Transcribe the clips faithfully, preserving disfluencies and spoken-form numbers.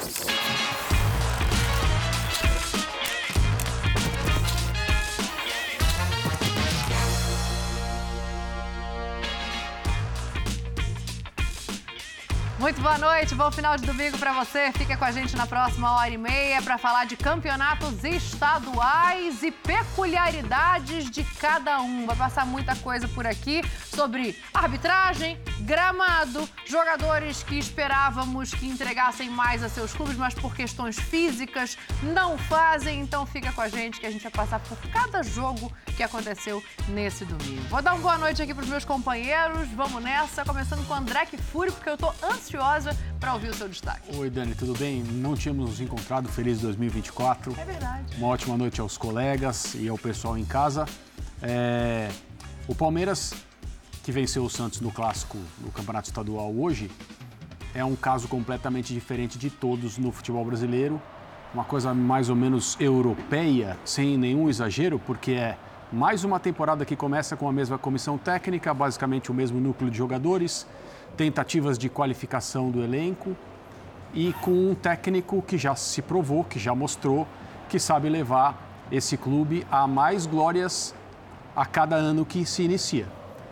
Muito boa noite, bom final de domingo para você. Fica com a gente na próxima hora e meia para falar de campeonatos estaduais e peculiaridades de cada um. Vai passar muita coisa por aqui sobre arbitragem, gramado, jogadores que esperávamos que entregassem mais a seus clubes, mas por questões físicas não fazem. Então fica com a gente que a gente vai passar por cada jogo que aconteceu nesse domingo. Vou dar uma boa noite aqui para os meus companheiros. Vamos nessa, começando com o André Kfouri, porque eu tô ansiosa para ouvir o seu destaque. Oi, Dani, tudo bem? Não tínhamos nos encontrado. Feliz dois mil e vinte e quatro. É verdade. Uma ótima noite aos colegas e ao pessoal em casa. É... O Palmeiras, que venceu o Santos no clássico no Campeonato Estadual hoje, é um caso completamente diferente de todos no futebol brasileiro. Uma coisa mais ou menos europeia, sem nenhum exagero, porque é mais uma temporada que começa com a mesma comissão técnica, basicamente o mesmo núcleo de jogadores, tentativas de qualificação do elenco e com um técnico que já se provou, que já mostrou que sabe levar esse clube a mais glórias a cada ano que se inicia.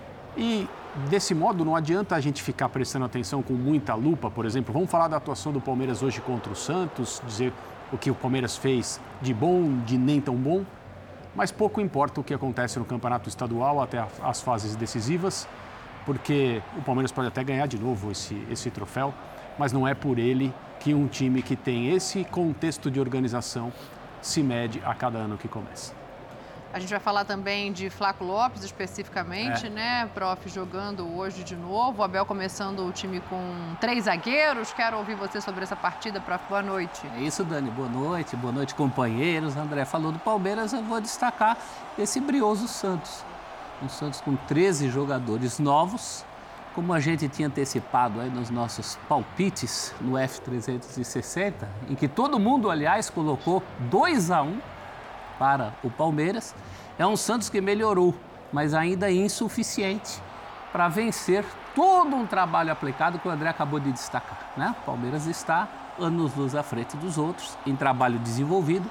E desse modo não adianta a gente ficar prestando atenção com muita lupa, por exemplo, vamos falar da atuação do Palmeiras hoje contra o Santos, dizer o que o Palmeiras fez de bom, de nem tão bom, mas pouco importa o que acontece no campeonato estadual até as fases decisivas, porque o Palmeiras pode até ganhar de novo esse, esse troféu, mas não é por ele que um time que tem esse contexto de organização se mede a cada ano que começa. A gente vai falar também de Flaco Lopes especificamente, é. né? Prof jogando hoje de novo, o Abel começando o time com três zagueiros. Quero ouvir você sobre essa partida, Prof. Boa noite. É isso, Dani. Boa noite, boa noite, companheiros. André falou do Palmeiras, eu vou destacar esse brioso Santos. Um Santos com treze jogadores novos, como a gente tinha antecipado aí nos nossos palpites no F trezentos e sessenta, em que todo mundo, aliás, colocou dois a um para o Palmeiras. É um Santos que melhorou, mas ainda insuficiente para vencer todo um trabalho aplicado que o André acabou de destacar, né? O Palmeiras está anos-luz à frente dos outros, em trabalho desenvolvido,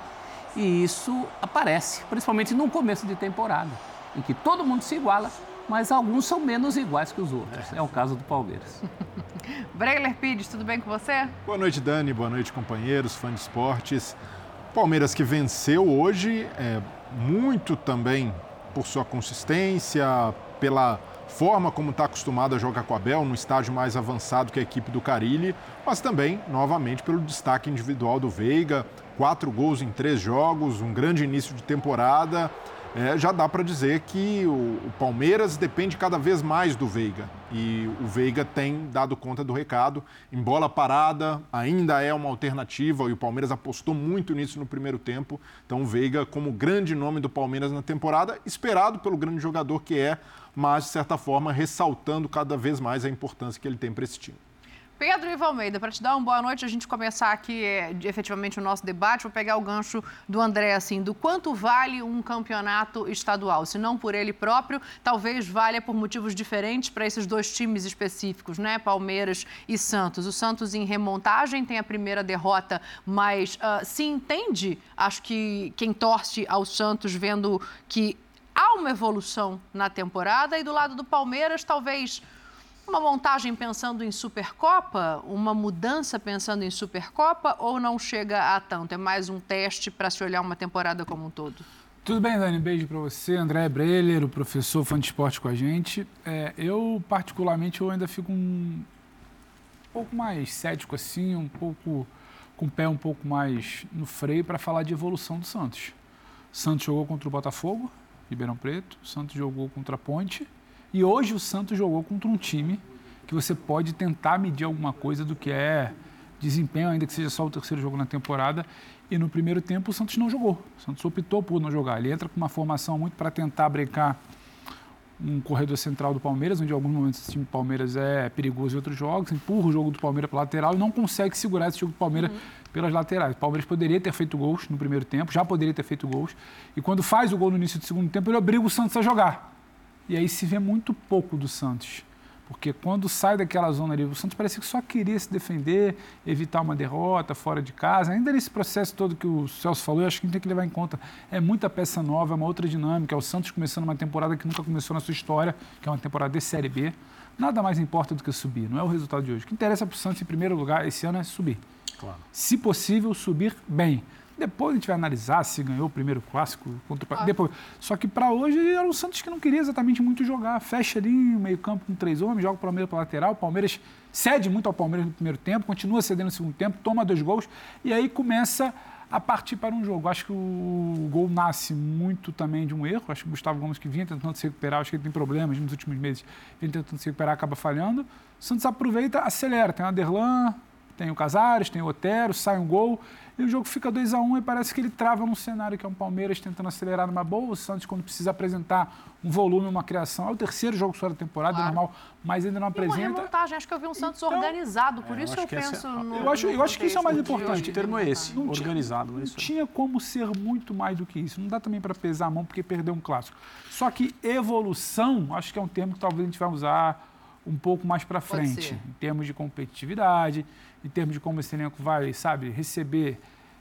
e isso aparece, principalmente no começo de temporada, em que todo mundo se iguala, mas alguns são menos iguais que os outros. É o caso do Palmeiras. Bregler Pires, tudo bem com você? Boa noite, Dani. Boa noite, companheiros, fãs de esportes. Palmeiras que venceu hoje, é, muito também por sua consistência, pela forma como está acostumado a jogar com o Abel, no estágio mais avançado que a equipe do Carille, mas também, novamente, pelo destaque individual do Veiga, quatro gols em três jogos, um grande início de temporada. É, já dá para dizer que o, o Palmeiras depende cada vez mais do Veiga. E o Veiga tem dado conta do recado. Em bola parada, ainda é uma alternativa e o Palmeiras apostou muito nisso no primeiro tempo. Então o Veiga como grande nome do Palmeiras na temporada, esperado pelo grande jogador que é, mas de certa forma ressaltando cada vez mais a importância que ele tem para esse time. Pedro Ivo Almeida, para te dar uma boa noite, a gente começar aqui é, efetivamente o nosso debate, vou pegar o gancho do André, assim, do quanto vale um campeonato estadual, se não por ele próprio, talvez valha por motivos diferentes para esses dois times específicos, né, Palmeiras e Santos. O Santos em remontagem tem a primeira derrota, mas uh, se entende, acho que quem torce ao Santos vendo que há uma evolução na temporada, e do lado do Palmeiras, talvez uma montagem pensando em Supercopa, uma mudança pensando em Supercopa, ou não chega a tanto? É mais um teste para se olhar uma temporada como um todo? Tudo bem, Dani? Beijo para você, André Breler, o professor fã de esporte com a gente. É, eu, particularmente, eu ainda fico um pouco mais cético, assim, um pouco com o pé um pouco mais no freio para falar de evolução do Santos. O Santos jogou contra o Botafogo, Ribeirão Preto, o Santos jogou contra a Ponte, e hoje o Santos jogou contra um time que você pode tentar medir alguma coisa do que é desempenho, ainda que seja só o terceiro jogo na temporada. E no primeiro tempo o Santos não jogou. O Santos optou por não jogar. Ele entra com uma formação muito para tentar brincar um corredor central do Palmeiras, onde em alguns momentos esse time do Palmeiras é perigoso em outros jogos, empurra o jogo do Palmeiras para a lateral e não consegue segurar esse jogo do Palmeiras uhum. pelas laterais. O Palmeiras poderia ter feito gols no primeiro tempo, já poderia ter feito gols. E quando faz o gol no início do segundo tempo, ele obriga o Santos a jogar. E aí se vê muito pouco do Santos, Porque quando sai daquela zona ali, o Santos parecia que só queria se defender, evitar uma derrota fora de casa. Ainda nesse processo todo que o Celso falou, eu acho que a gente tem que levar em conta. É muita peça nova, é uma outra dinâmica. É o Santos começando uma temporada que nunca começou na sua história, que é uma temporada de Série B. Nada mais importa do que subir, não é o resultado de hoje. O que interessa para o Santos, em primeiro lugar, esse ano é subir. Claro. Se possível, subir bem. Depois a gente vai analisar se ganhou o primeiro clássico. Contra o... ah. Depois. Só que para hoje era o Santos que não queria exatamente muito jogar. Fecha ali no meio campo com três homens, joga o Palmeiras para lateral. O Palmeiras cede muito ao Palmeiras no primeiro tempo, continua cedendo no segundo tempo, toma dois gols e aí começa a partir para um jogo. Acho que o gol nasce muito também de um erro. Acho que o Gustavo Gomes, que vinha tentando se recuperar, acho que ele tem problemas nos últimos meses, vinha tentando se recuperar, acaba falhando. O Santos aproveita, acelera. Tem o Aderlan, tem o Casares, tem o Otero, sai um gol e o jogo fica dois a um e parece que ele trava num cenário que é um Palmeiras tentando acelerar numa boa. O Santos, quando precisa apresentar um volume, uma criação, é o terceiro jogo só da temporada, claro. É normal, mas ainda não apresenta. E uma remontagem, acho que eu vi um Santos então, organizado, por é, isso eu, eu penso é, no... Eu acho, eu acho que isso é o mais importante. O termo é esse, não organizado. Tinha, é isso. Não tinha como ser muito mais do que isso. Não dá também para pesar a mão porque perdeu um clássico. Só que evolução, acho que é um termo que talvez a gente vai usar um pouco mais para frente, em termos de competitividade, em termos de como esse elenco vai, sabe, receber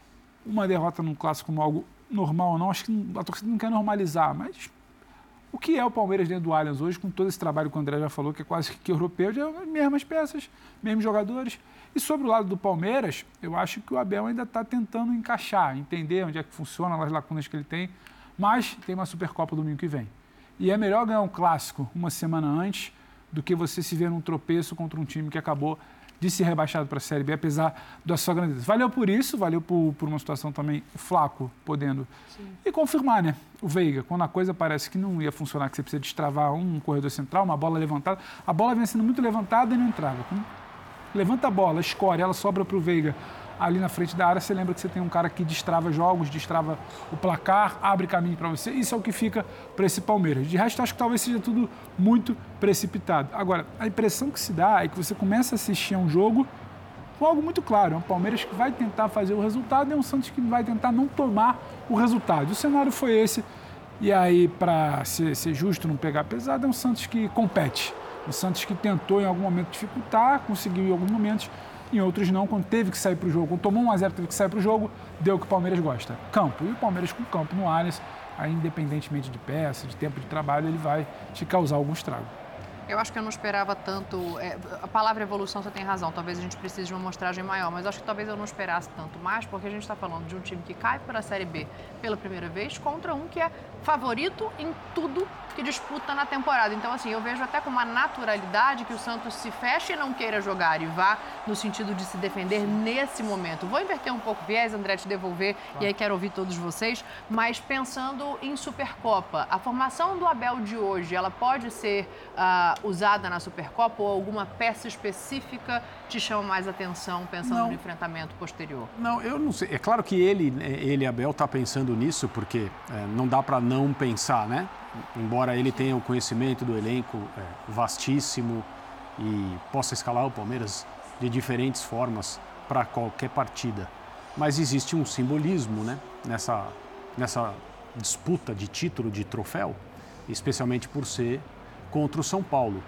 uma derrota num clássico como algo normal ou não. Acho que a torcida não quer normalizar, mas o que é o Palmeiras dentro do Allianz hoje, com todo esse trabalho que o André já falou, que é quase que europeu, já é mesmas peças, mesmos jogadores. E sobre o lado do Palmeiras, eu acho que o Abel ainda está tentando encaixar, entender onde é que funciona, as lacunas que ele tem, mas tem uma Supercopa domingo que vem. E é melhor ganhar um clássico uma semana antes do que você se ver num tropeço contra um time que acabou de ser rebaixado para a Série B, apesar da sua grandeza. Valeu por isso, valeu por, por uma situação também flaco, podendo. Sim. E confirmar, né? O Veiga, quando a coisa parece que não ia funcionar, que você precisa destravar um corredor central, uma bola levantada, a bola vem sendo muito levantada e não entrava. Levanta a bola, escorre, ela sobra para o Veiga ali na frente da área, você lembra que você tem um cara que destrava jogos, destrava o placar, abre caminho para você. Isso é o que fica para esse Palmeiras. De resto, acho que talvez seja tudo muito precipitado. Agora, a impressão que se dá é que você começa a assistir a um jogo com algo muito claro. É um Palmeiras que vai tentar fazer o resultado e é um Santos que vai tentar não tomar o resultado. O cenário foi esse. E aí, para ser, ser justo, não pegar pesado, é um Santos que compete. Um Santos que tentou em algum momento dificultar, conseguiu em alguns momentos, em outros não, quando teve que sair para o jogo, quando tomou um a zero, teve que sair para o jogo, deu o que o Palmeiras gosta, campo. E o Palmeiras com campo no Allianz, aí, independentemente de peça, de tempo de trabalho, ele vai te causar algum estrago. Eu acho que eu não esperava tanto, é, a palavra evolução você tem razão, talvez a gente precise de uma amostragem maior, mas acho que talvez eu não esperasse tanto mais, porque a gente está falando de um time que cai para a Série B pela primeira vez contra um que é favorito em tudo que disputa na temporada. Então, assim, eu vejo até com uma naturalidade que o Santos se feche e não queira jogar e vá no sentido de se defender nesse momento. Vou inverter um pouco o viés, André, te devolver, e aí quero ouvir todos vocês, mas pensando em Supercopa, a formação do Abel de hoje, ela pode ser uh, usada na Supercopa ou alguma peça específica te chama mais atenção pensando não. no enfrentamento posterior? Não, eu não sei. É claro que ele, ele Abel, está pensando nisso, porque é, não dá para não pensar, né? Embora ele tenha o conhecimento do elenco é, vastíssimo e possa escalar o Palmeiras de diferentes formas para qualquer partida. Mas existe um simbolismo, né, nessa, nessa disputa de título, de troféu, especialmente por ser contra o São Paulo.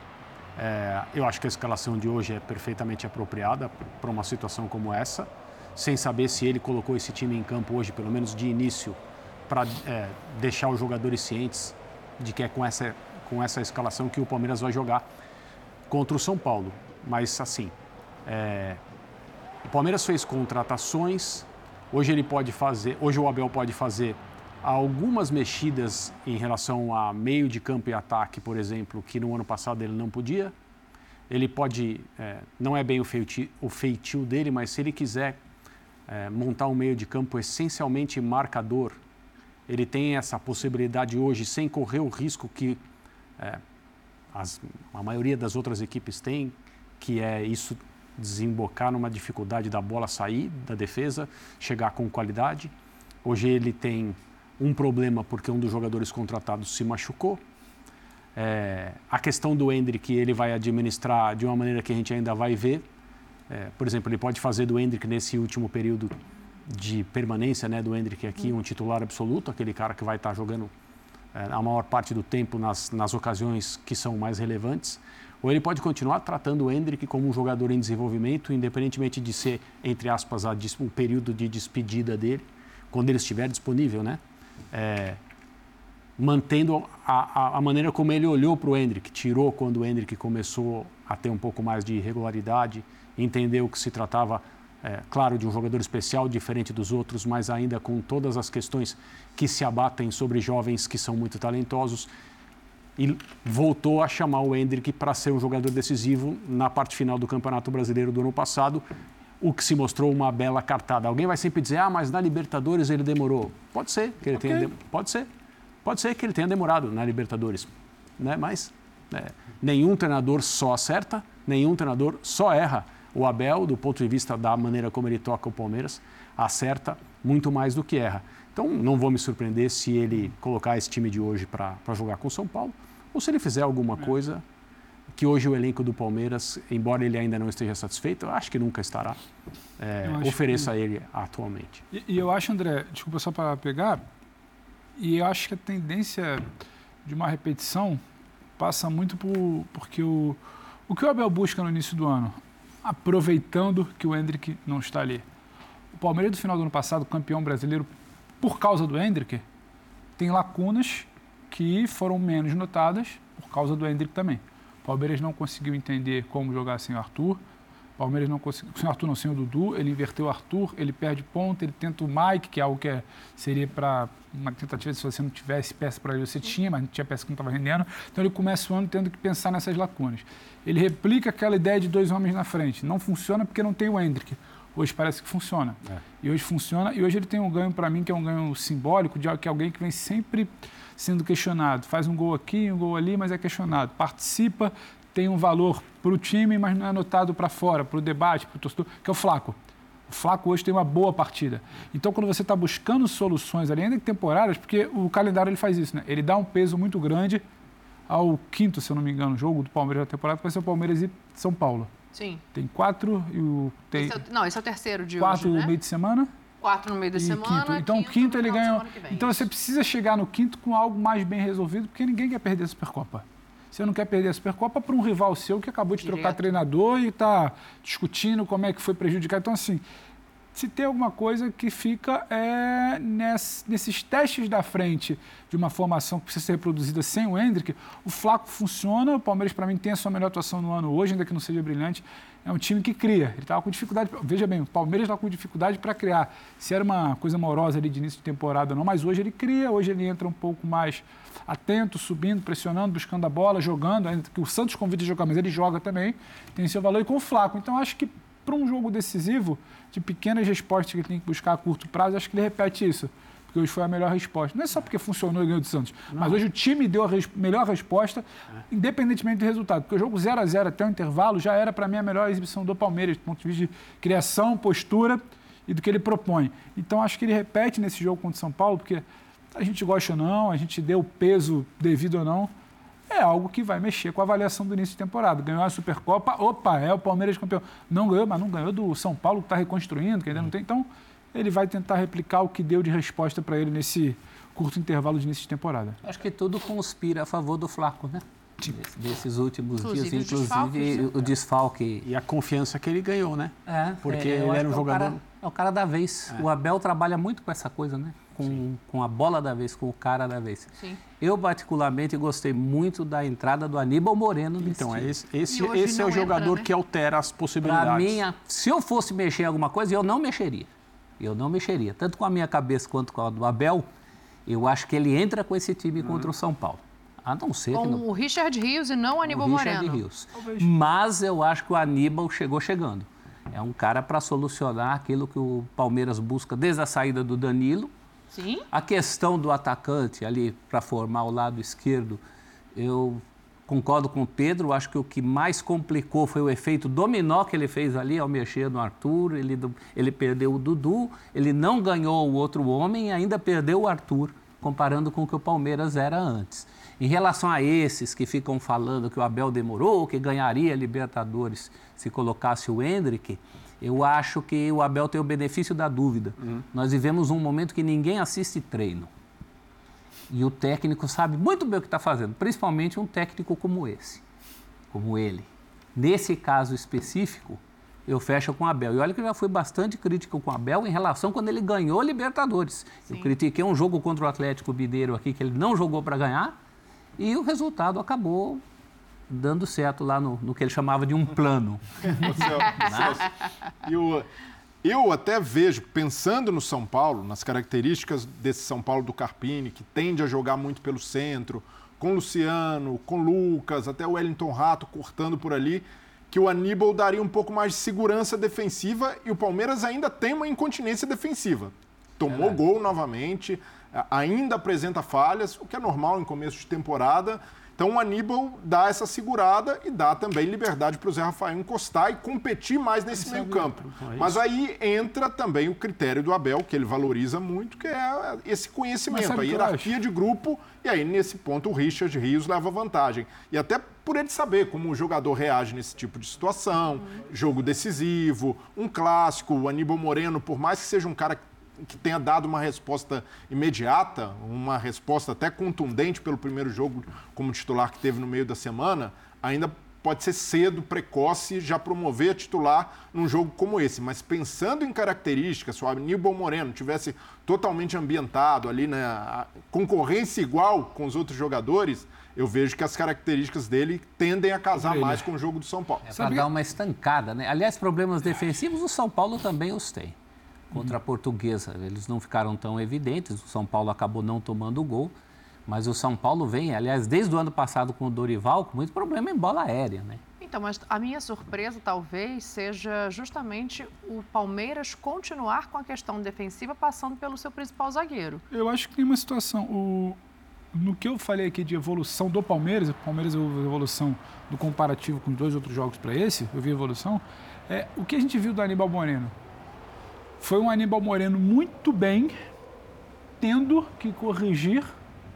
É, eu acho que a escalação de hoje é perfeitamente apropriada para uma situação como essa, sem saber se ele colocou esse time em campo hoje, pelo menos de início, para é, deixar os jogadores cientes de que é com essa, com essa escalação que o Palmeiras vai jogar contra o São Paulo. Mas, assim, é, o Palmeiras fez contratações, hoje ele pode fazer, hoje o Abel pode fazer algumas mexidas em relação a meio de campo e ataque, por exemplo, que no ano passado ele não podia. Ele pode, é, não é bem o feitio, o feitio dele, mas se ele quiser é, montar um meio de campo essencialmente marcador, ele tem essa possibilidade hoje, sem correr o risco que é, as, a maioria das outras equipes tem, que é isso desembocar numa dificuldade da bola sair da defesa, chegar com qualidade. Hoje ele tem um problema porque um dos jogadores contratados se machucou. É, a questão do Endrick ele vai administrar de uma maneira que a gente ainda vai ver. É, por exemplo, ele pode fazer do Endrick nesse último período de permanência, né, do Endrick aqui, um titular absoluto, aquele cara que vai estar jogando é, a maior parte do tempo nas, nas ocasiões que são mais relevantes, ou ele pode continuar tratando o Endrick como um jogador em desenvolvimento, independentemente de ser, entre aspas, a, o período de despedida dele, quando ele estiver disponível, né? É, mantendo a, a, a maneira como ele olhou para o Endrick, tirou quando o Endrick começou a ter um pouco mais de irregularidade, entendeu que se tratava, é, claro, de um jogador especial, diferente dos outros, mas ainda com todas as questões que se abatem sobre jovens que são muito talentosos, e voltou a chamar o Endrick para ser um jogador decisivo na parte final do Campeonato Brasileiro do ano passado, o que se mostrou uma bela cartada. Alguém vai sempre dizer, ah, mas na Libertadores ele demorou. Pode ser que ele okay. tenha... De... Pode ser. Pode ser que ele tenha demorado na Libertadores, né? Mas é, nenhum treinador só acerta, nenhum treinador só erra. O Abel, do ponto de vista da maneira como ele toca o Palmeiras, acerta muito mais do que erra. Então, não vou me surpreender se ele colocar esse time de hoje para jogar com o São Paulo, ou se ele fizer alguma é. coisa que hoje o elenco do Palmeiras, embora ele ainda não esteja satisfeito, eu acho que nunca estará, é, ofereça que... a ele atualmente. E, e eu acho, André, desculpa só para pegar, e eu acho que a tendência de uma repetição passa muito por, porque o, o que o Abel busca no início do ano, aproveitando que o Endrick não está ali. O Palmeiras do final do ano passado, campeão brasileiro, por causa do Endrick, tem lacunas que foram menos notadas por causa do Endrick também. O Palmeiras não conseguiu entender como jogar sem o Arthur. O Palmeiras não conseguiu, sem o Arthur não, sem o Dudu, ele inverteu o Arthur, ele perde ponta, ele tenta o Mike, que é algo que é, seria para uma tentativa, se você não tivesse peça para ele, você tinha, mas não tinha peça que não estava rendendo. Então ele começa o ano tendo que pensar nessas lacunas. Ele replica aquela ideia de dois homens na frente. Não funciona porque não tem o Endrick. Hoje parece que funciona. É. E hoje funciona, e hoje ele tem um ganho para mim, que é um ganho simbólico, de que é alguém que vem sempre sendo questionado. Faz um gol aqui, um gol ali, mas é questionado. Participa, tem um valor para o time, mas não é notado para fora, para o debate, para o torcedor, que é o Flaco. O Flaco hoje tem uma boa partida. Então, quando você está buscando soluções ali, ainda que temporárias, porque o calendário ele faz isso, né? Ele dá um peso muito grande ao quinto, se eu não me engano, jogo do Palmeiras da temporada, que vai ser o Palmeiras e São Paulo. Sim. Tem quatro e o... Tem esse é, não, esse é o terceiro de quatro hoje, né? no meio de semana. Quatro no meio da semana. Quinto. Então, o quinto ele ganha... Então, você precisa chegar no quinto com algo mais bem resolvido, porque ninguém quer perder a Supercopa. Você não quer perder a Supercopa para um rival seu que acabou de Direto. trocar treinador e está discutindo como é que foi prejudicado. Então, assim, se tem alguma coisa que fica é, ness, nesses testes da frente de uma formação que precisa ser reproduzida sem o Endrick, o Flaco funciona, o Palmeiras, para mim, tem a sua melhor atuação no ano hoje, ainda que não seja brilhante. É um time que cria. Ele estava com dificuldade. Veja bem, o Palmeiras estava com dificuldade para criar. Se era uma coisa morosa ali de início de temporada ou não, mas hoje ele cria, hoje ele entra um pouco mais atento, subindo, pressionando, buscando a bola, jogando, ainda que o Santos convida a jogar, mas ele joga também, tem seu valor, e com o Flaco. Então, acho que para um jogo decisivo, de pequenas respostas que ele tem que buscar a curto prazo, acho que ele repete isso. Porque hoje foi a melhor resposta. Não é só porque funcionou e ganhou do Santos, não. Mas hoje o time deu a res- melhor resposta, é. independentemente do resultado. Porque o jogo zero a zero até o intervalo já era, para mim, a melhor exibição do Palmeiras, do ponto de vista de criação, postura e do que ele propõe. Então, acho que ele repete nesse jogo contra o São Paulo, porque a gente gosta ou não, a gente deu o peso devido ou não, é algo que vai mexer com a avaliação do início de temporada. Ganhou a Supercopa, opa, é o Palmeiras campeão. Não ganhou, mas não ganhou do São Paulo, que está reconstruindo, que ainda não tem. Então, ele vai tentar replicar o que deu de resposta para ele nesse curto intervalo de início de temporada. Acho que tudo conspira a favor do Flaco, né? Des, desses últimos inclusive, dias, inclusive o desfalque. E a confiança que ele ganhou, né? É, porque é, ele era um é jogador... O cara, é o cara da vez. É. O Abel trabalha muito com essa coisa, né? Com, com a bola da vez, com o cara da vez. Sim. Eu, particularmente, gostei muito da entrada do Aníbal Moreno nesse Então, time. é esse, esse, esse é o jogador entra, né? que altera as possibilidades. Para mim, se eu fosse mexer em alguma coisa, eu não mexeria. Eu não mexeria. Tanto com a minha cabeça quanto com a do Abel, eu acho que ele entra com esse time hum. contra o São Paulo. A não ser com que não... o Richard Rios e não o Aníbal o Moreno. Richard Rios. Mas eu acho que o Aníbal chegou chegando. É um cara para solucionar aquilo que o Palmeiras busca desde a saída do Danilo. Sim. A questão do atacante ali para formar o lado esquerdo, eu concordo com o Pedro, acho que o que mais complicou foi o efeito dominó que ele fez ali ao mexer no Arthur, ele, ele perdeu o Dudu, ele não ganhou o outro homem e ainda perdeu o Arthur, comparando com o que o Palmeiras era antes. Em relação a esses que ficam falando que o Abel demorou, que ganharia a Libertadores se colocasse o Endrick, eu acho que o Abel tem o benefício da dúvida. Uhum. Nós vivemos um momento que ninguém assiste treino. E o técnico sabe muito bem o que está fazendo, principalmente um técnico como esse, como ele. Nesse caso específico, eu fecho com o Abel. E olha que eu já fui bastante crítico com o Abel em relação quando ele ganhou Libertadores. Sim. Eu critiquei um jogo contra o Atlético Mineiro aqui, que ele não jogou para ganhar, e o resultado acabou dando certo lá no, no que ele chamava de um plano. Celso, eu, eu até vejo, pensando no São Paulo, nas características desse São Paulo do Carpini, que tende a jogar muito pelo centro, com Luciano, com Lucas, até o Wellington Rato cortando por ali, que o Aníbal daria um pouco mais de segurança defensiva e o Palmeiras ainda tem uma incontinência defensiva. Tomou é gol novamente, ainda apresenta falhas, o que é normal em começo de temporada. Então o Aníbal dá essa segurada e dá também liberdade para o Zé Rafael encostar e competir mais nesse meio campo. Mas aí entra também o critério do Abel, que ele valoriza muito, que é esse conhecimento, a hierarquia de grupo, e aí nesse ponto o Richard Rios leva vantagem. E até por ele saber como o jogador reage nesse tipo de situação, jogo decisivo, um clássico, o Aníbal Moreno, por mais que seja um cara que tenha dado uma resposta imediata, uma resposta até contundente pelo primeiro jogo como titular que teve no meio da semana, ainda pode ser cedo, precoce, já promover a titular num jogo como esse. Mas pensando em características, se o Aníbal Moreno tivesse totalmente ambientado ali, né, a concorrência igual com os outros jogadores, eu vejo que as características dele tendem a casar mais com o jogo do São Paulo. É para dar uma estancada, né? Aliás, problemas defensivos o São Paulo também os tem. Contra a Portuguesa, eles não ficaram tão evidentes, o São Paulo acabou não tomando o gol, mas o São Paulo vem, aliás, desde o ano passado com o Dorival, com muito problema em bola aérea, né? Então, mas a minha surpresa talvez seja justamente o Palmeiras continuar com a questão defensiva passando pelo seu principal zagueiro. Eu acho que tem uma situação, o... no que eu falei aqui de evolução do Palmeiras, o Palmeiras houve evolução do comparativo com os dois outros jogos para esse, eu vi evolução, é o que a gente viu do Aníbal Moreno. Foi um Aníbal Moreno muito bem, tendo que corrigir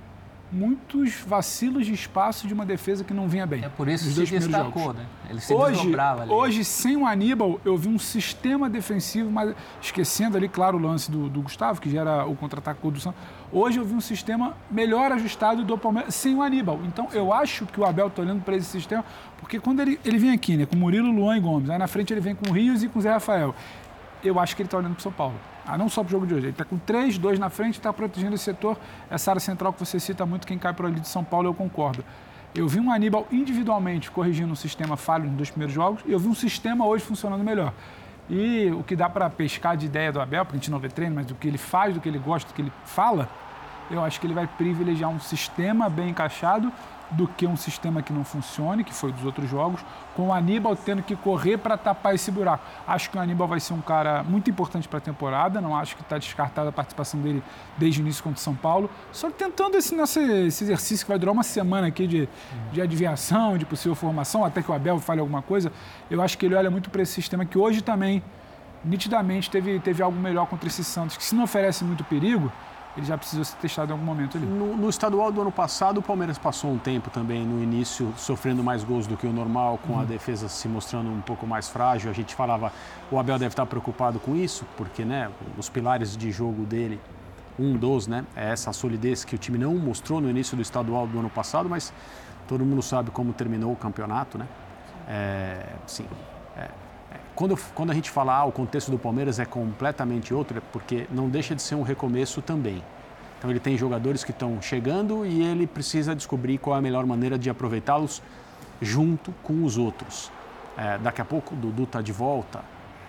muitos vacilos de espaço de uma defesa que não vinha bem. É por isso que se destacou, né? Ele se hoje, desdobrava ali. Hoje, sem o Aníbal, eu vi um sistema defensivo, mas esquecendo ali, claro, o lance do, do Gustavo, que gera o contra-ataque com o Santos. Hoje eu vi um sistema melhor ajustado do Palmeiras sem o Aníbal. Então, eu acho que o Abel está olhando para esse sistema, porque quando ele, ele vem aqui, né, com Murilo, Luan e Gomes, aí na frente ele vem com o Rios e com o Zé Rafael. Eu acho que ele está olhando para o São Paulo. Ah, não só para o jogo de hoje. Ele está com três, dois na frente, está protegendo esse setor. Essa área central que você cita muito, quem cai por ali de São Paulo, eu concordo. Eu vi um Aníbal individualmente corrigindo um sistema falho nos dois primeiros jogos e eu vi um sistema hoje funcionando melhor. E o que dá para pescar de ideia do Abel, porque a gente não vê treino, mas do que ele faz, do que ele gosta, do que ele fala, eu acho que ele vai privilegiar um sistema bem encaixado do que um sistema que não funcione, que foi dos outros jogos, com o Aníbal tendo que correr para tapar esse buraco. Acho que o Aníbal vai ser um cara muito importante para a temporada, não acho que está descartada a participação dele desde o início contra o São Paulo, só tentando esse, nosso, esse exercício que vai durar uma semana aqui de, de adivinhação, de possível formação, até que o Abel fale alguma coisa. Eu acho que ele olha muito para esse sistema que hoje também, nitidamente, teve, teve algo melhor contra esse Santos, que se não oferece muito perigo, ele já precisou ser testado em algum momento ali. No, no estadual do ano passado, o Palmeiras passou um tempo também no início, sofrendo mais gols do que o normal, com uhum. a defesa se mostrando um pouco mais frágil. A gente falava, o Abel deve estar preocupado com isso, porque né, os pilares de jogo dele, um dos, né, é essa solidez que o time não mostrou no início do estadual do ano passado, mas todo mundo sabe como terminou o campeonato, né? É, sim, é, Quando, quando a gente fala ah, o contexto do Palmeiras é completamente outro, é porque não deixa de ser um recomeço também. Então ele tem jogadores que estão chegando e ele precisa descobrir qual é a melhor maneira de aproveitá-los junto com os outros. É, daqui a pouco o Dudu está de volta.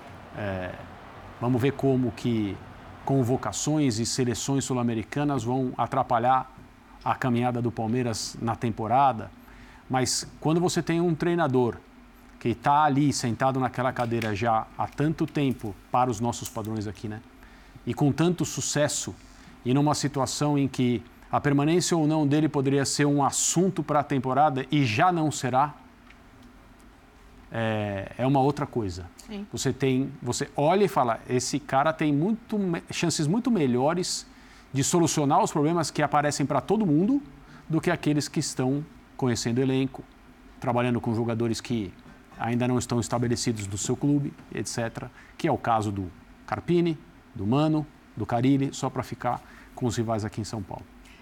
É, vamos ver como que convocações e seleções sul-americanas vão atrapalhar a caminhada do Palmeiras na temporada. Mas quando você tem um treinador que está ali sentado naquela cadeira já há tanto tempo para os nossos padrões aqui, né? E com tanto sucesso e numa situação em que a permanência ou não dele poderia ser um assunto para a temporada e já não será, é, é uma outra coisa. Sim. Você tem, você olha e fala, esse cara tem muito, chances muito melhores de solucionar os problemas que aparecem para todo mundo do que aqueles que estão conhecendo o elenco, trabalhando com jogadores que ainda não estão estabelecidos no seu clube, etcétera, que é o caso do Carpini, do Mano, do Carille, só para ficar com os rivais aqui em São Paulo.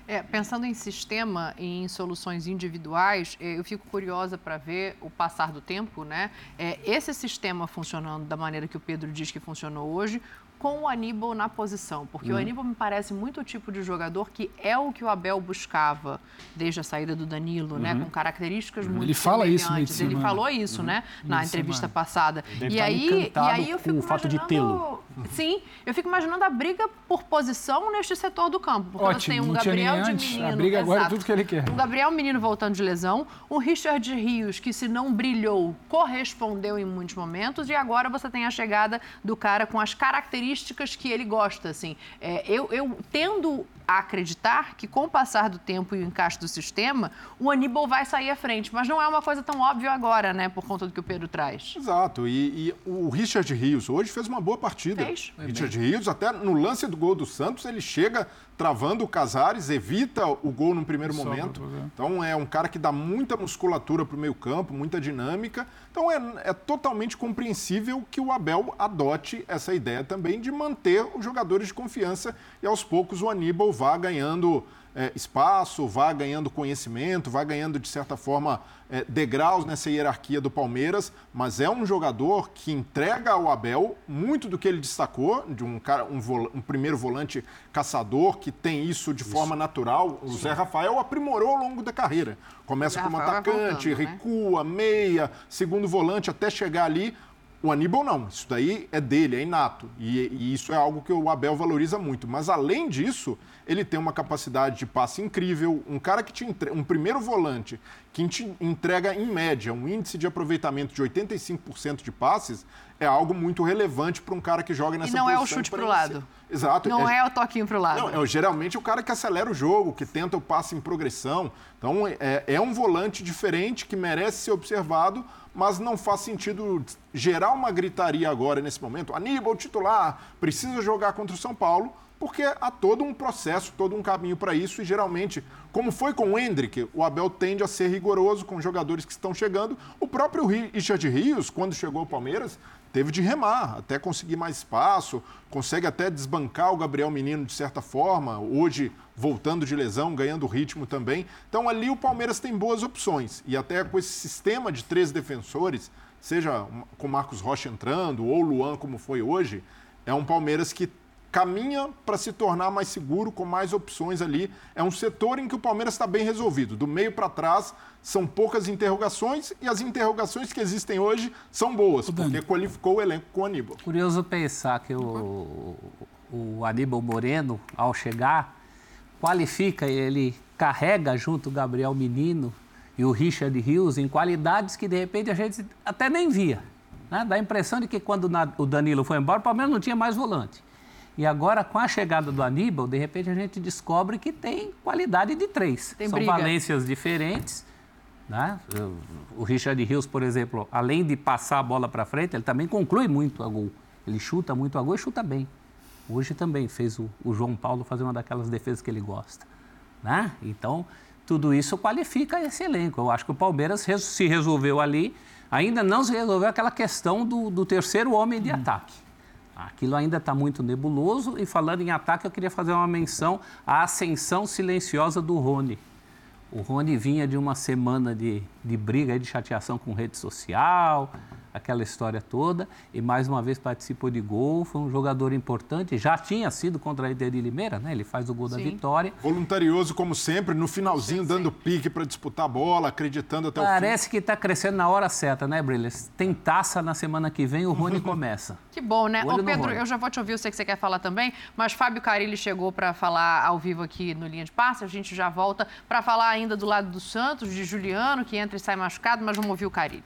É, pensando em sistema e em soluções individuais, eu fico curiosa para ver o passar do tempo, né? É, esse sistema funcionando da maneira que o Pedro diz que funcionou hoje, com o Aníbal na posição, porque uhum. o Aníbal me parece muito o tipo de jogador que é o que o Abel buscava desde a saída do Danilo, uhum. né, com características muito Ele fala isso meio de Ele semana. falou isso, uhum. né, na meio entrevista semana. passada. Deve e estar aí, e aí eu fico com o fato de tê-lo. Sim, eu fico imaginando a briga por posição neste setor do campo, porque Ótimo, você tem um não Gabriel tinha nem de antes. menino, A briga agora exato, é tudo que ele quer. um Gabriel menino voltando de lesão, um Richard Rios que se não brilhou, correspondeu em muitos momentos, e agora você tem a chegada do cara com as características que ele gosta, assim. É, eu, eu tendo a acreditar que, com o passar do tempo e o encaixe do sistema, o Aníbal vai sair à frente, mas não é uma coisa tão óbvia agora, né, por conta do que o Pedro traz. Exato, e, e o Richard Rios hoje fez uma boa partida. Fez. Richard Rios, até no lance do gol do Santos, ele chega travando o Casares, evita o gol no primeiro Só momento. pra fazer. Então é um cara que dá muita musculatura para o meio campo, muita dinâmica. Então é, é totalmente compreensível que o Abel adote essa ideia também de manter os jogadores de confiança e aos poucos o Aníbal vá ganhando é, espaço, vá ganhando conhecimento, vá ganhando, de certa forma, é, degraus nessa hierarquia do Palmeiras, mas é um jogador que entrega ao Abel muito do que ele destacou, de um, cara, um, vol- um primeiro volante caçador, que tem isso de forma isso. natural. O Zé Rafael aprimorou ao longo da carreira. Começa como atacante, voltando, recua, né? meia, segundo volante, até chegar ali. O Aníbal não, isso daí é dele, é inato, e, e isso é algo que o Abel valoriza muito. Mas, além disso, ele tem uma capacidade de passe incrível, um cara que te entrega, um primeiro volante que te entrega, em média, um índice de aproveitamento de oitenta e cinco por cento de passes, é algo muito relevante para um cara que joga nessa posição. E não é o chute para o lado. Exato. Não é, é o toquinho para o lado. Não, é geralmente o cara que acelera o jogo, que tenta o passe em progressão. Então, é, é um volante diferente que merece ser observado, mas não faz sentido gerar uma gritaria agora, nesse momento. Aníbal, titular, precisa jogar contra o São Paulo, porque há todo um processo, todo um caminho para isso, e geralmente, como foi com o Endrick, o Abel tende a ser rigoroso com os jogadores que estão chegando. O próprio Richard Rios, quando chegou ao Palmeiras, teve de remar, até conseguir mais espaço, consegue até desbancar o Gabriel Menino de certa forma, hoje voltando de lesão, ganhando ritmo também. Então ali o Palmeiras tem boas opções, e até com esse sistema de três defensores, seja com Marcos Rocha entrando ou Luan como foi hoje, é um Palmeiras que caminha para se tornar mais seguro, com mais opções ali. É um setor em que o Palmeiras está bem resolvido. Do meio para trás, são poucas interrogações, e as interrogações que existem hoje são boas, porque qualificou o elenco com o Aníbal. Curioso pensar que o, o Aníbal Moreno, ao chegar, qualifica, ele carrega junto o Gabriel Menino e o Richard Rios em qualidades que, de repente, a gente até nem via. Né? Dá a impressão de que, quando o Danilo foi embora, o Palmeiras não tinha mais volante. E agora, com a chegada do Aníbal, de repente a gente descobre que tem qualidade de três. Tem São briga. valências diferentes. Né? O Richard Rios, por exemplo, além de passar a bola para frente, ele também conclui muito a gol. Ele chuta muito a gol e chuta bem. Hoje também fez o, o João Paulo fazer uma daquelas defesas que ele gosta. Né? Então, tudo isso qualifica esse elenco. Eu acho que o Palmeiras se resolveu ali. Ainda não se resolveu aquela questão do, do terceiro homem de hum. ataque. Aquilo ainda está muito nebuloso, e falando em ataque, eu queria fazer uma menção à ascensão silenciosa do Rony. O Rony vinha de uma semana de, de briga, de chateação com rede social, aquela história toda, e mais uma vez participou de gol, foi um jogador importante, já tinha sido contra a Inter de Limeira, né? Ele faz o gol Sim. da vitória. Voluntarioso, como sempre, no finalzinho, sim, dando sim. pique para disputar a bola, acreditando até Parece o fim. Parece que está crescendo na hora certa, né, Brilhas? Tem taça na semana que vem, o Rony começa. Que bom, né? Ô, Pedro, eu já vou te ouvir, eu sei que você quer falar também, mas Fábio Carilli chegou para falar ao vivo aqui no Linha de Passe, a gente já volta para falar ainda do lado do Santos, de Juliano, que entra e sai machucado, mas vamos ouvir o Carilli.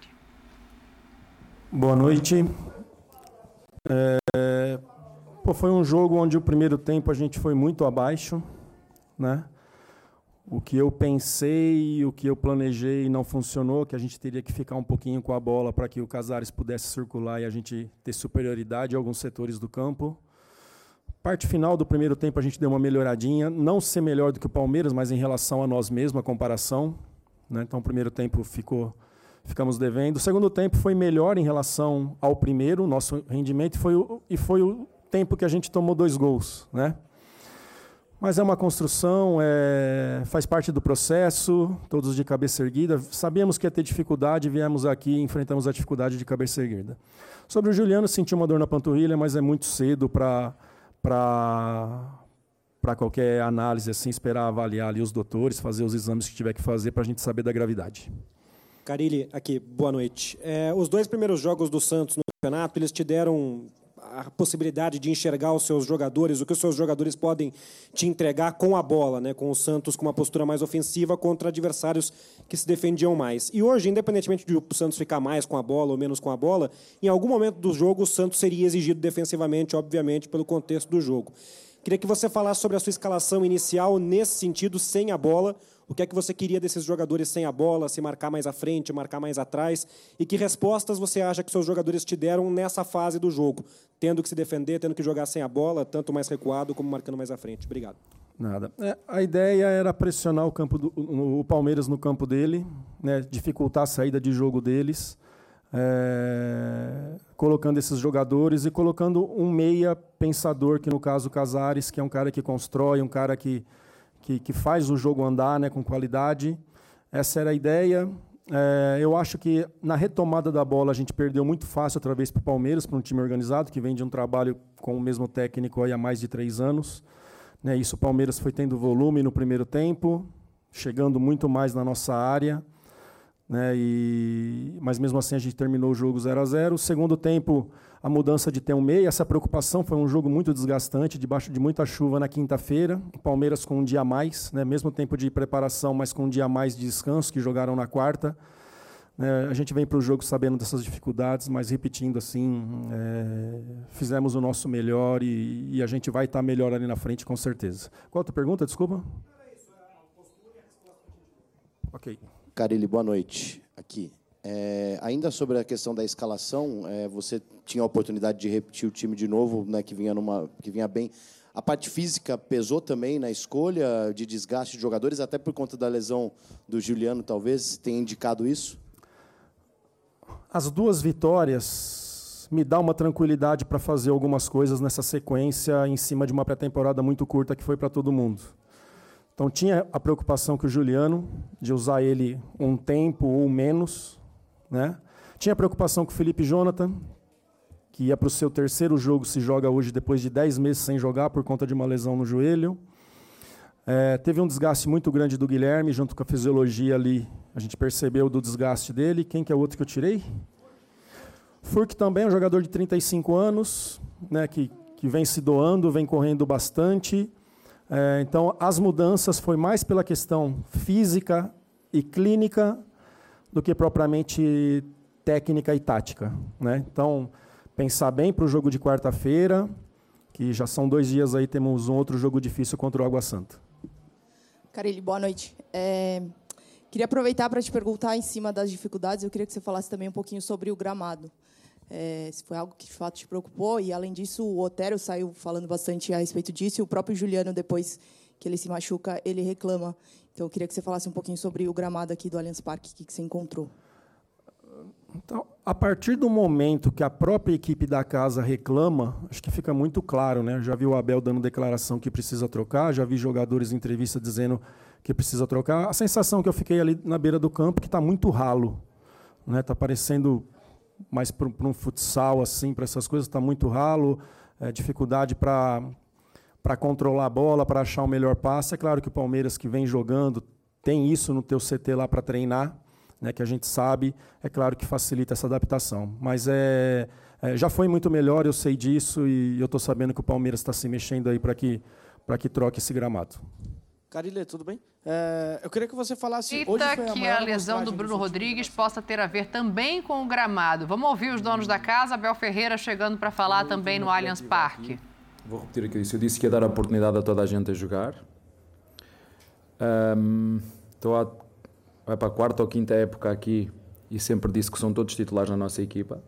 Boa noite. É, pô, foi um jogo onde o primeiro tempo a gente foi muito abaixo, né? O que eu pensei, o que eu planejei não funcionou, que a gente teria que ficar um pouquinho com a bola para que o Casares pudesse circular e a gente ter superioridade em alguns setores do campo. Parte final do primeiro tempo a gente deu uma melhoradinha, não ser melhor do que o Palmeiras, mas em relação a nós mesmos, a comparação, né? Então o primeiro tempo ficou... Ficamos devendo. O segundo tempo foi melhor em relação ao primeiro, nosso rendimento, foi o, e foi o tempo que a gente tomou dois gols, né? Mas é uma construção, é, faz parte do processo, todos de cabeça erguida. Sabíamos que ia ter dificuldade, viemos aqui e enfrentamos a dificuldade de cabeça erguida. Sobre o Juliano, senti uma dor na panturrilha, mas é muito cedo para para qualquer análise, assim, esperar avaliar ali os doutores, fazer os exames que tiver que fazer para a gente saber da gravidade. Carille, aqui, boa noite. É, os dois primeiros jogos do Santos no campeonato, eles te deram a possibilidade de enxergar os seus jogadores, o que os seus jogadores podem te entregar com a bola, né? Com o Santos com uma postura mais ofensiva contra adversários que se defendiam mais. E hoje, independentemente de o Santos ficar mais com a bola ou menos com a bola, em algum momento do jogo o Santos seria exigido defensivamente, obviamente, pelo contexto do jogo. Queria que você falasse sobre a sua escalação inicial nesse sentido, sem a bola. O que é que você queria desses jogadores sem a bola, se marcar mais à frente, marcar mais atrás? E que respostas você acha que seus jogadores te deram nessa fase do jogo? Tendo que se defender, tendo que jogar sem a bola, tanto mais recuado como marcando mais à frente. Obrigado. Nada. É, a ideia era pressionar o, campo do, o Palmeiras no campo dele, né, dificultar a saída de jogo deles, é, colocando esses jogadores e colocando um meia pensador, que no caso o Casares, que é um cara que constrói, um cara que... Que, que faz o jogo andar, né, com qualidade. Essa era a ideia. É, eu acho que na retomada da bola a gente perdeu muito fácil outra vez para o Palmeiras, para um time organizado, que vem de um trabalho com o mesmo técnico aí há mais de três anos. Né, isso, o Palmeiras foi tendo volume no primeiro tempo, chegando muito mais na nossa área. Né, e, mas mesmo assim a gente terminou o jogo zero a zero. Segundo tempo, a mudança de ter um meia, essa preocupação, foi um jogo muito desgastante, debaixo de muita chuva na quinta-feira. O Palmeiras com um dia a mais, né, mesmo tempo de preparação, mas com um dia a mais de descanso, que jogaram na quarta. É, a gente vem para o jogo sabendo dessas dificuldades, mas repetindo assim, é, fizemos o nosso melhor e, e a gente vai estar melhor ali na frente, com certeza. Qual a outra pergunta, desculpa? Ok. Carille, boa noite. Aqui. É, ainda sobre a questão da escalação, é, você tinha a oportunidade de repetir o time de novo, né, que vinha numa, que vinha bem. A parte física pesou também na escolha de desgaste de jogadores, até por conta da lesão do Juliano, talvez tenha indicado isso? As duas vitórias me dão uma tranquilidade para fazer algumas coisas nessa sequência em cima de uma pré-temporada muito curta que foi para todo mundo. Então, tinha a preocupação com o Juliano, de usar ele um tempo ou menos. Né? Tinha a preocupação com o Felipe Jonathan, que ia para o seu terceiro jogo, se joga hoje depois de dez meses sem jogar por conta de uma lesão no joelho. É, teve um desgaste muito grande do Guilherme, junto com a fisiologia ali, a gente percebeu do desgaste dele. Quem que é o outro que eu tirei? Furk também é um jogador de trinta e cinco anos, né, que, que vem se doando, vem correndo bastante. É, então, as mudanças foi mais pela questão física e clínica do que propriamente técnica e tática. Né? Então, pensar bem para o jogo de quarta-feira, que já são dois dias aí, temos um outro jogo difícil contra o Água Santa. Carille, boa noite. É, queria aproveitar para te perguntar em cima das dificuldades, eu queria que você falasse também um pouquinho sobre o gramado. É, se foi algo que de fato te preocupou, e além disso o Otero saiu falando bastante a respeito disso, e o próprio Juliano, depois que ele se machuca, ele reclama. Então eu queria que você falasse um pouquinho sobre o gramado aqui do Allianz Parque, que, que você encontrou. Então, a partir do momento que a própria equipe da casa reclama, acho que fica muito claro, né? Já vi o Abel dando declaração que precisa trocar, já vi jogadores em entrevista dizendo que precisa trocar. A sensação que eu fiquei ali na beira do campo é que está muito ralo, né? Está parecendo mais para um futsal, assim, para essas coisas, está muito ralo, é, dificuldade para para controlar a bola, para achar o melhor passe. É claro que o Palmeiras, que vem jogando, tem isso no teu C T lá para treinar, né, que a gente sabe, é claro que facilita essa adaptação. Mas é, é, já foi muito melhor, eu sei disso, e eu estou sabendo que o Palmeiras está se mexendo aí para que, para que troque esse gramado. Carille, tudo bem? É, eu queria que você falasse... Cita hoje foi a que maior a lesão do Bruno Rodrigues possa ter a ver também com o gramado. Vamos ouvir os donos da casa, Abel Ferreira chegando para falar também no Allianz Parque. Vou repetir o que eu disse. Eu disse que ia dar a oportunidade a toda a gente a jogar. Um, estou a, vai para a quarta ou quinta época aqui e sempre disse que são todos titulares na nossa equipa.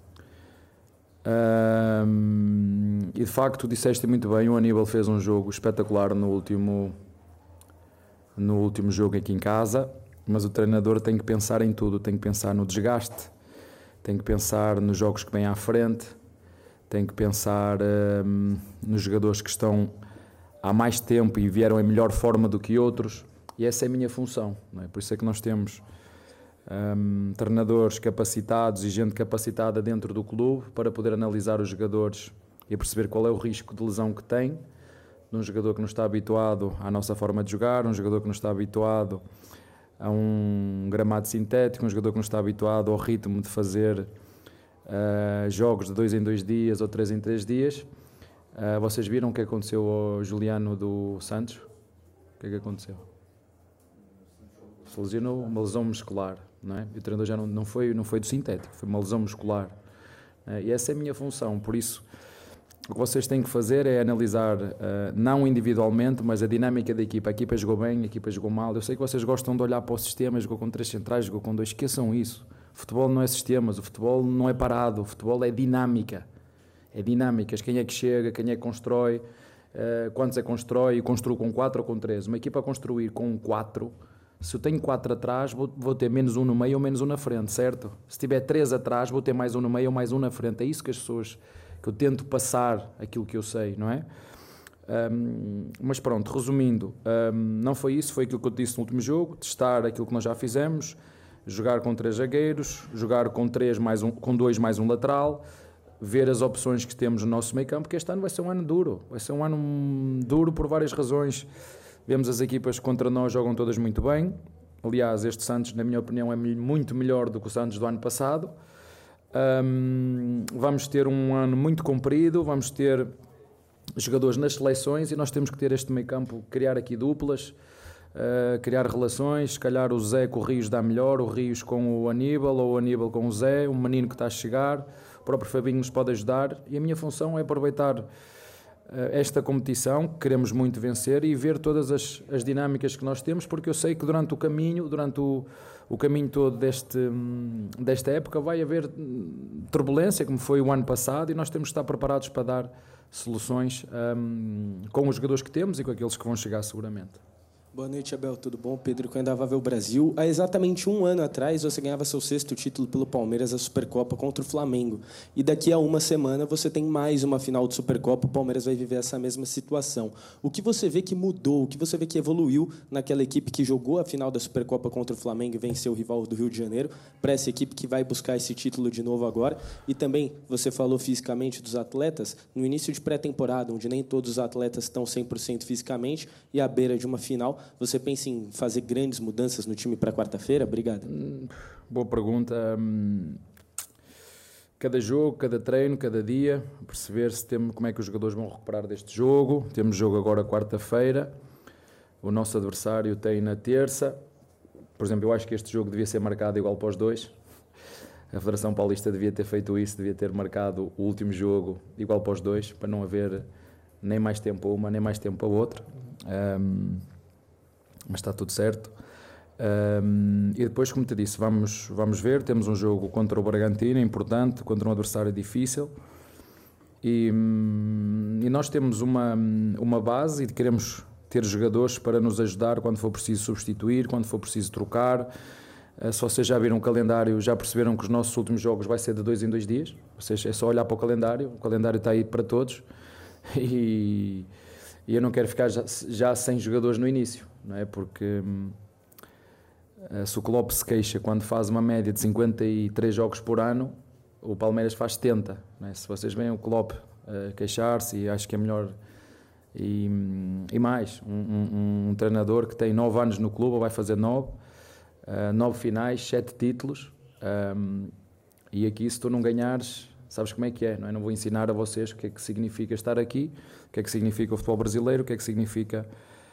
Um, e de facto, disseste muito bem, o Aníbal fez um jogo espetacular no último, no último jogo aqui em casa, mas o treinador tem que pensar em tudo, tem que pensar no desgaste, tem que pensar nos jogos que vêm à frente, tem que pensar um, nos jogadores que estão há mais tempo e vieram em melhor forma do que outros, e essa é a minha função, não é? Por isso é que nós temos um, treinadores capacitados e gente capacitada dentro do clube para poder analisar os jogadores e perceber qual é o risco de lesão que tem, de um jogador que não está habituado à nossa forma de jogar, um jogador que não está habituado a um gramado sintético, um jogador que não está habituado ao ritmo de fazer uh, jogos de dois em dois dias ou três em três dias. Uh, vocês viram o que aconteceu ao Juliano do Santos? O que é que aconteceu? Se lesionou, uma lesão muscular, não é? E o treinador já não, não, foi, não foi do sintético, foi uma lesão muscular. Uh, e essa é a minha função, por isso o que vocês têm que fazer é analisar, uh, não individualmente, mas a dinâmica da equipa. A equipa jogou bem, a equipa jogou mal. Eu sei que vocês gostam de olhar para o sistema, jogou com três centrais, jogou com dois. Esqueçam isso. O futebol não é sistemas, o futebol não é parado, o futebol é dinâmica. É dinâmicas. Quem é que chega, quem é que constrói, uh, quantos é que constrói, construo com quatro ou com três. Uma equipa a construir com quatro, se eu tenho quatro atrás, vou, vou ter menos um no meio ou menos um na frente, certo? Se tiver três atrás, vou ter mais um no meio ou mais um na frente. É isso que as pessoas... que eu tento passar aquilo que eu sei, não é? Um, mas pronto, resumindo, um, não foi isso, foi aquilo que eu disse no último jogo, testar aquilo que nós já fizemos, jogar com três zagueiros, jogar com, três mais um, com dois mais um lateral, ver as opções que temos no nosso meio campo, porque este ano vai ser um ano duro, vai ser um ano duro por várias razões. Vemos as equipas contra nós jogam todas muito bem, aliás, este Santos, na minha opinião, é muito melhor do que o Santos do ano passado. Um, vamos ter um ano muito comprido, vamos ter jogadores nas seleções e nós temos que ter este meio campo, criar aqui duplas, uh, criar relações, se calhar o Zé com o Rios dá melhor, o Rios com o Aníbal ou o Aníbal com o Zé, um menino que está a chegar, o próprio Fabinho nos pode ajudar e a minha função é aproveitar uh, esta competição, que queremos muito vencer e ver todas as, as dinâmicas que nós temos, porque eu sei que durante o caminho, durante o O caminho todo deste, desta época vai haver turbulência, como foi o ano passado, e nós temos de estar preparados para dar soluções um, com os jogadores que temos e com aqueles que vão chegar seguramente. Boa noite, Abel. Tudo bom? Pedro Candavável Brasil. Há exatamente um ano atrás, você ganhava seu sexto título pelo Palmeiras, a Supercopa contra o Flamengo. E daqui a uma semana você tem mais uma final de Supercopa, o Palmeiras vai viver essa mesma situação. O que você vê que mudou, o que você vê que evoluiu naquela equipe que jogou a final da Supercopa contra o Flamengo e venceu o rival do Rio de Janeiro, para essa equipe que vai buscar esse título de novo agora? E também, você falou fisicamente dos atletas, no início de pré-temporada, onde nem todos os atletas estão cem por cento fisicamente, e à beira de uma final, você pensa em fazer grandes mudanças no time para quarta-feira? Obrigado. Boa pergunta. Cada jogo, cada treino, cada dia, perceber se temos, como é que os jogadores vão recuperar deste jogo. Temos jogo agora quarta-feira, o nosso adversário tem na terça. Por exemplo, eu acho que este jogo devia ser marcado igual para os dois. A Federação Paulista devia ter feito isso, devia ter marcado o último jogo igual para os dois, para não haver nem mais tempo a uma, nem mais tempo a outra. Um, mas está tudo certo. Um, e depois, como te disse, vamos, vamos ver, temos um jogo contra o Bragantino, importante, contra um adversário difícil, e, um, e nós temos uma, uma base e queremos ter jogadores para nos ajudar quando for preciso substituir, quando for preciso trocar. Uh, se vocês já viram o calendário, já perceberam que os nossos últimos jogos vai ser de dois em dois dias, ou seja, é só olhar para o calendário, o calendário está aí para todos, e, e eu não quero ficar já, já sem jogadores no início. Não é? Porque hum, se o Klopp se queixa quando faz uma média de cinquenta e três jogos por ano, o Palmeiras faz setenta. Não é? Se vocês veem o Klopp uh, queixar-se, e acho que é melhor, e, e mais, um, um, um treinador que tem nove anos no clube, ou vai fazer nove, uh, nove finais, sete títulos, um, e aqui se tu não ganhares, sabes como é que é, não é? Não vou ensinar a vocês o que é que significa estar aqui, o que é que significa o futebol brasileiro, o que é que significa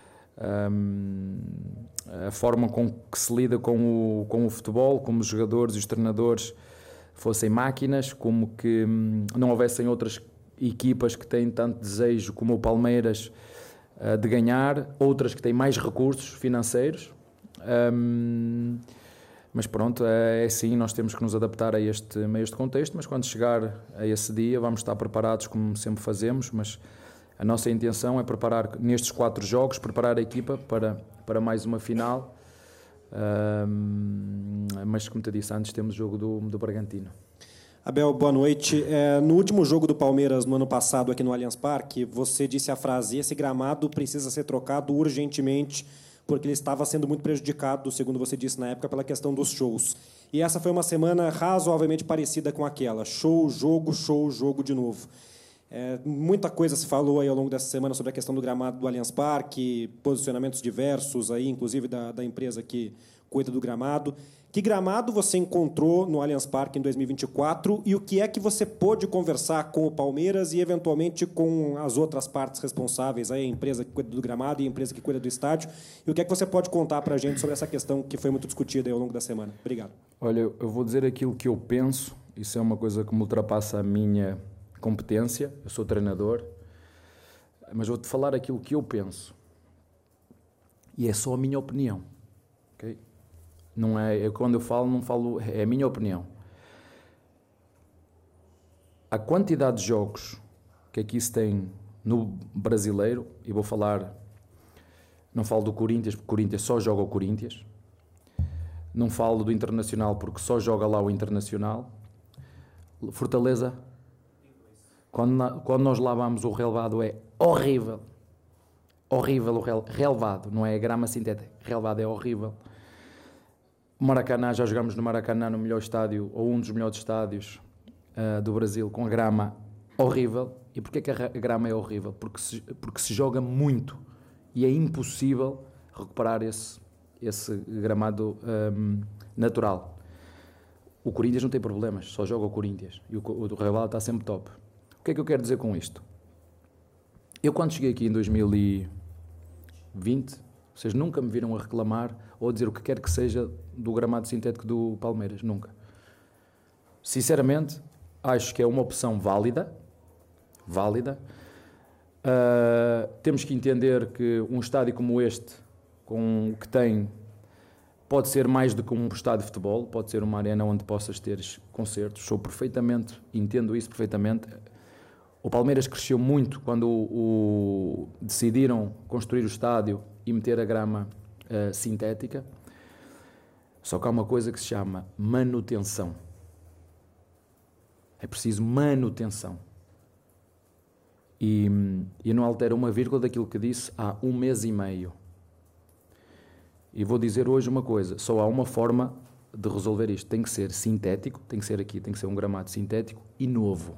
Um, a forma com que se lida com o, com o futebol, como os jogadores e os treinadores fossem máquinas, como que hum, não houvessem outras equipas que têm tanto desejo como o Palmeiras uh, de ganhar, outras que têm mais recursos financeiros, um, mas pronto, é, é assim, nós temos que nos adaptar a este, a este contexto, mas quando chegar a esse dia vamos estar preparados como sempre fazemos, mas a nossa intenção é preparar, nestes quatro jogos, preparar a equipa para, para mais uma final. Um, mas, como te disse antes, temos o jogo do, do Bragantino. Abel, boa noite. É, no último jogo do Palmeiras, no ano passado, aqui no Allianz Parque, você disse a frase: esse gramado precisa ser trocado urgentemente, porque ele estava sendo muito prejudicado, segundo você disse na época, pela questão dos shows. E essa foi uma semana razoavelmente parecida com aquela. Show, jogo, show, jogo de novo. É, muita coisa se falou aí ao longo dessa semana sobre a questão do gramado do Allianz Parque, posicionamentos diversos, aí, inclusive da, da empresa que cuida do gramado. Que gramado você encontrou no Allianz Parque em dois mil e vinte e quatro e o que é que você pôde conversar com o Palmeiras e, eventualmente, com as outras partes responsáveis, aí, a empresa que cuida do gramado e a empresa que cuida do estádio? E o que é que você pode contar para a gente sobre essa questão que foi muito discutida aí ao longo da semana? Obrigado. Olha, eu vou dizer aquilo que eu penso. Isso é uma coisa que me ultrapassa a minha competência. Eu sou treinador. Mas vou-te falar aquilo que eu penso. E é só a minha opinião. Ok? Não é, eu, quando eu falo, não falo, é a minha opinião. A quantidade de jogos que aqui se tem no brasileiro, e vou falar, não falo do Corinthians, porque o Corinthians só joga o Corinthians, não falo do Internacional, porque só joga lá o Internacional. Fortaleza, quando, na, quando nós lá vamos, o relevado é horrível. Horrível o rel, relevado, não é a grama sintética, relevado é horrível. Maracanã, já jogamos no Maracanã, no melhor estádio, ou um dos melhores estádios uh, do Brasil, com a grama horrível. E porquê que a grama é horrível? Porque se, porque se joga muito e é impossível recuperar esse, esse gramado um, natural. O Corinthians não tem problemas, só joga o Corinthians. E o, o do Real está sempre top. O que é que eu quero dizer com isto? Eu, quando cheguei aqui em dois mil e vinte, vocês nunca me viram a reclamar ou a dizer o que quer que seja do gramado sintético do Palmeiras, nunca. Sinceramente, acho que é uma opção válida, válida. Uh, temos que entender que um estádio como este, com, que tem, pode ser mais do que um estádio de futebol, pode ser uma arena onde possas ter concertos, sou perfeitamente, entendo isso perfeitamente. O Palmeiras cresceu muito quando o, o, decidiram construir o estádio e meter a grama uh, sintética. Só que há uma coisa que se chama manutenção. É preciso manutenção. E, e não altera uma vírgula daquilo que disse há um mês e meio. E vou dizer hoje uma coisa, só há uma forma de resolver isto. Tem que ser sintético, tem que ser aqui, tem que ser um gramado sintético e novo.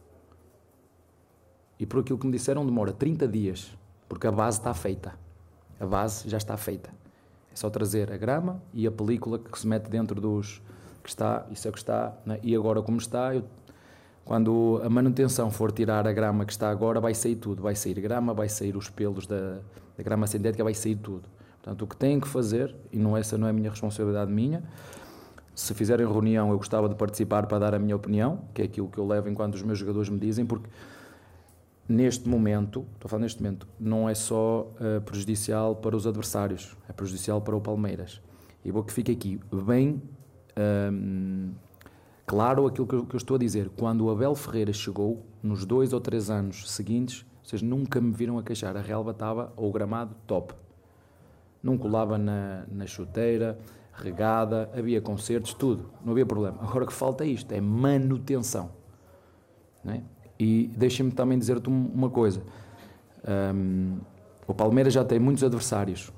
E por aquilo que me disseram demora trinta dias, porque a base está feita. A base já está feita. É só trazer a grama e a película que se mete dentro dos... que está, isso é o que está, né? E agora como está, eu, quando a manutenção for tirar a grama que está agora, vai sair tudo. Vai sair grama, vai sair os pelos da, da grama sintética, vai sair tudo. Portanto, o que têm que fazer, e não, essa não é a minha responsabilidade minha, se fizerem reunião eu gostava de participar para dar a minha opinião, que é aquilo que eu levo enquanto os meus jogadores me dizem, porque neste momento, estou a falar neste momento, não é só uh, prejudicial para os adversários, é prejudicial para o Palmeiras. E vou que fique aqui bem um, claro aquilo que eu, que eu estou a dizer. Quando o Abel Ferreira chegou, nos dois ou três anos seguintes, vocês nunca me viram a queixar, a relva estava, ou o gramado, top. Não colava na, na chuteira, regada, havia concertos, tudo, não havia problema. Agora o que falta é isto, é manutenção. Não é? E deixem-me também dizer-te uma coisa. Um, o Palmeiras já tem muitos adversários.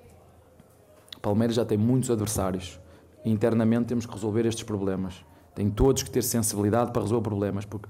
O Palmeiras já tem muitos adversários. E internamente temos que resolver estes problemas. Tem todos que ter sensibilidade para resolver problemas, porque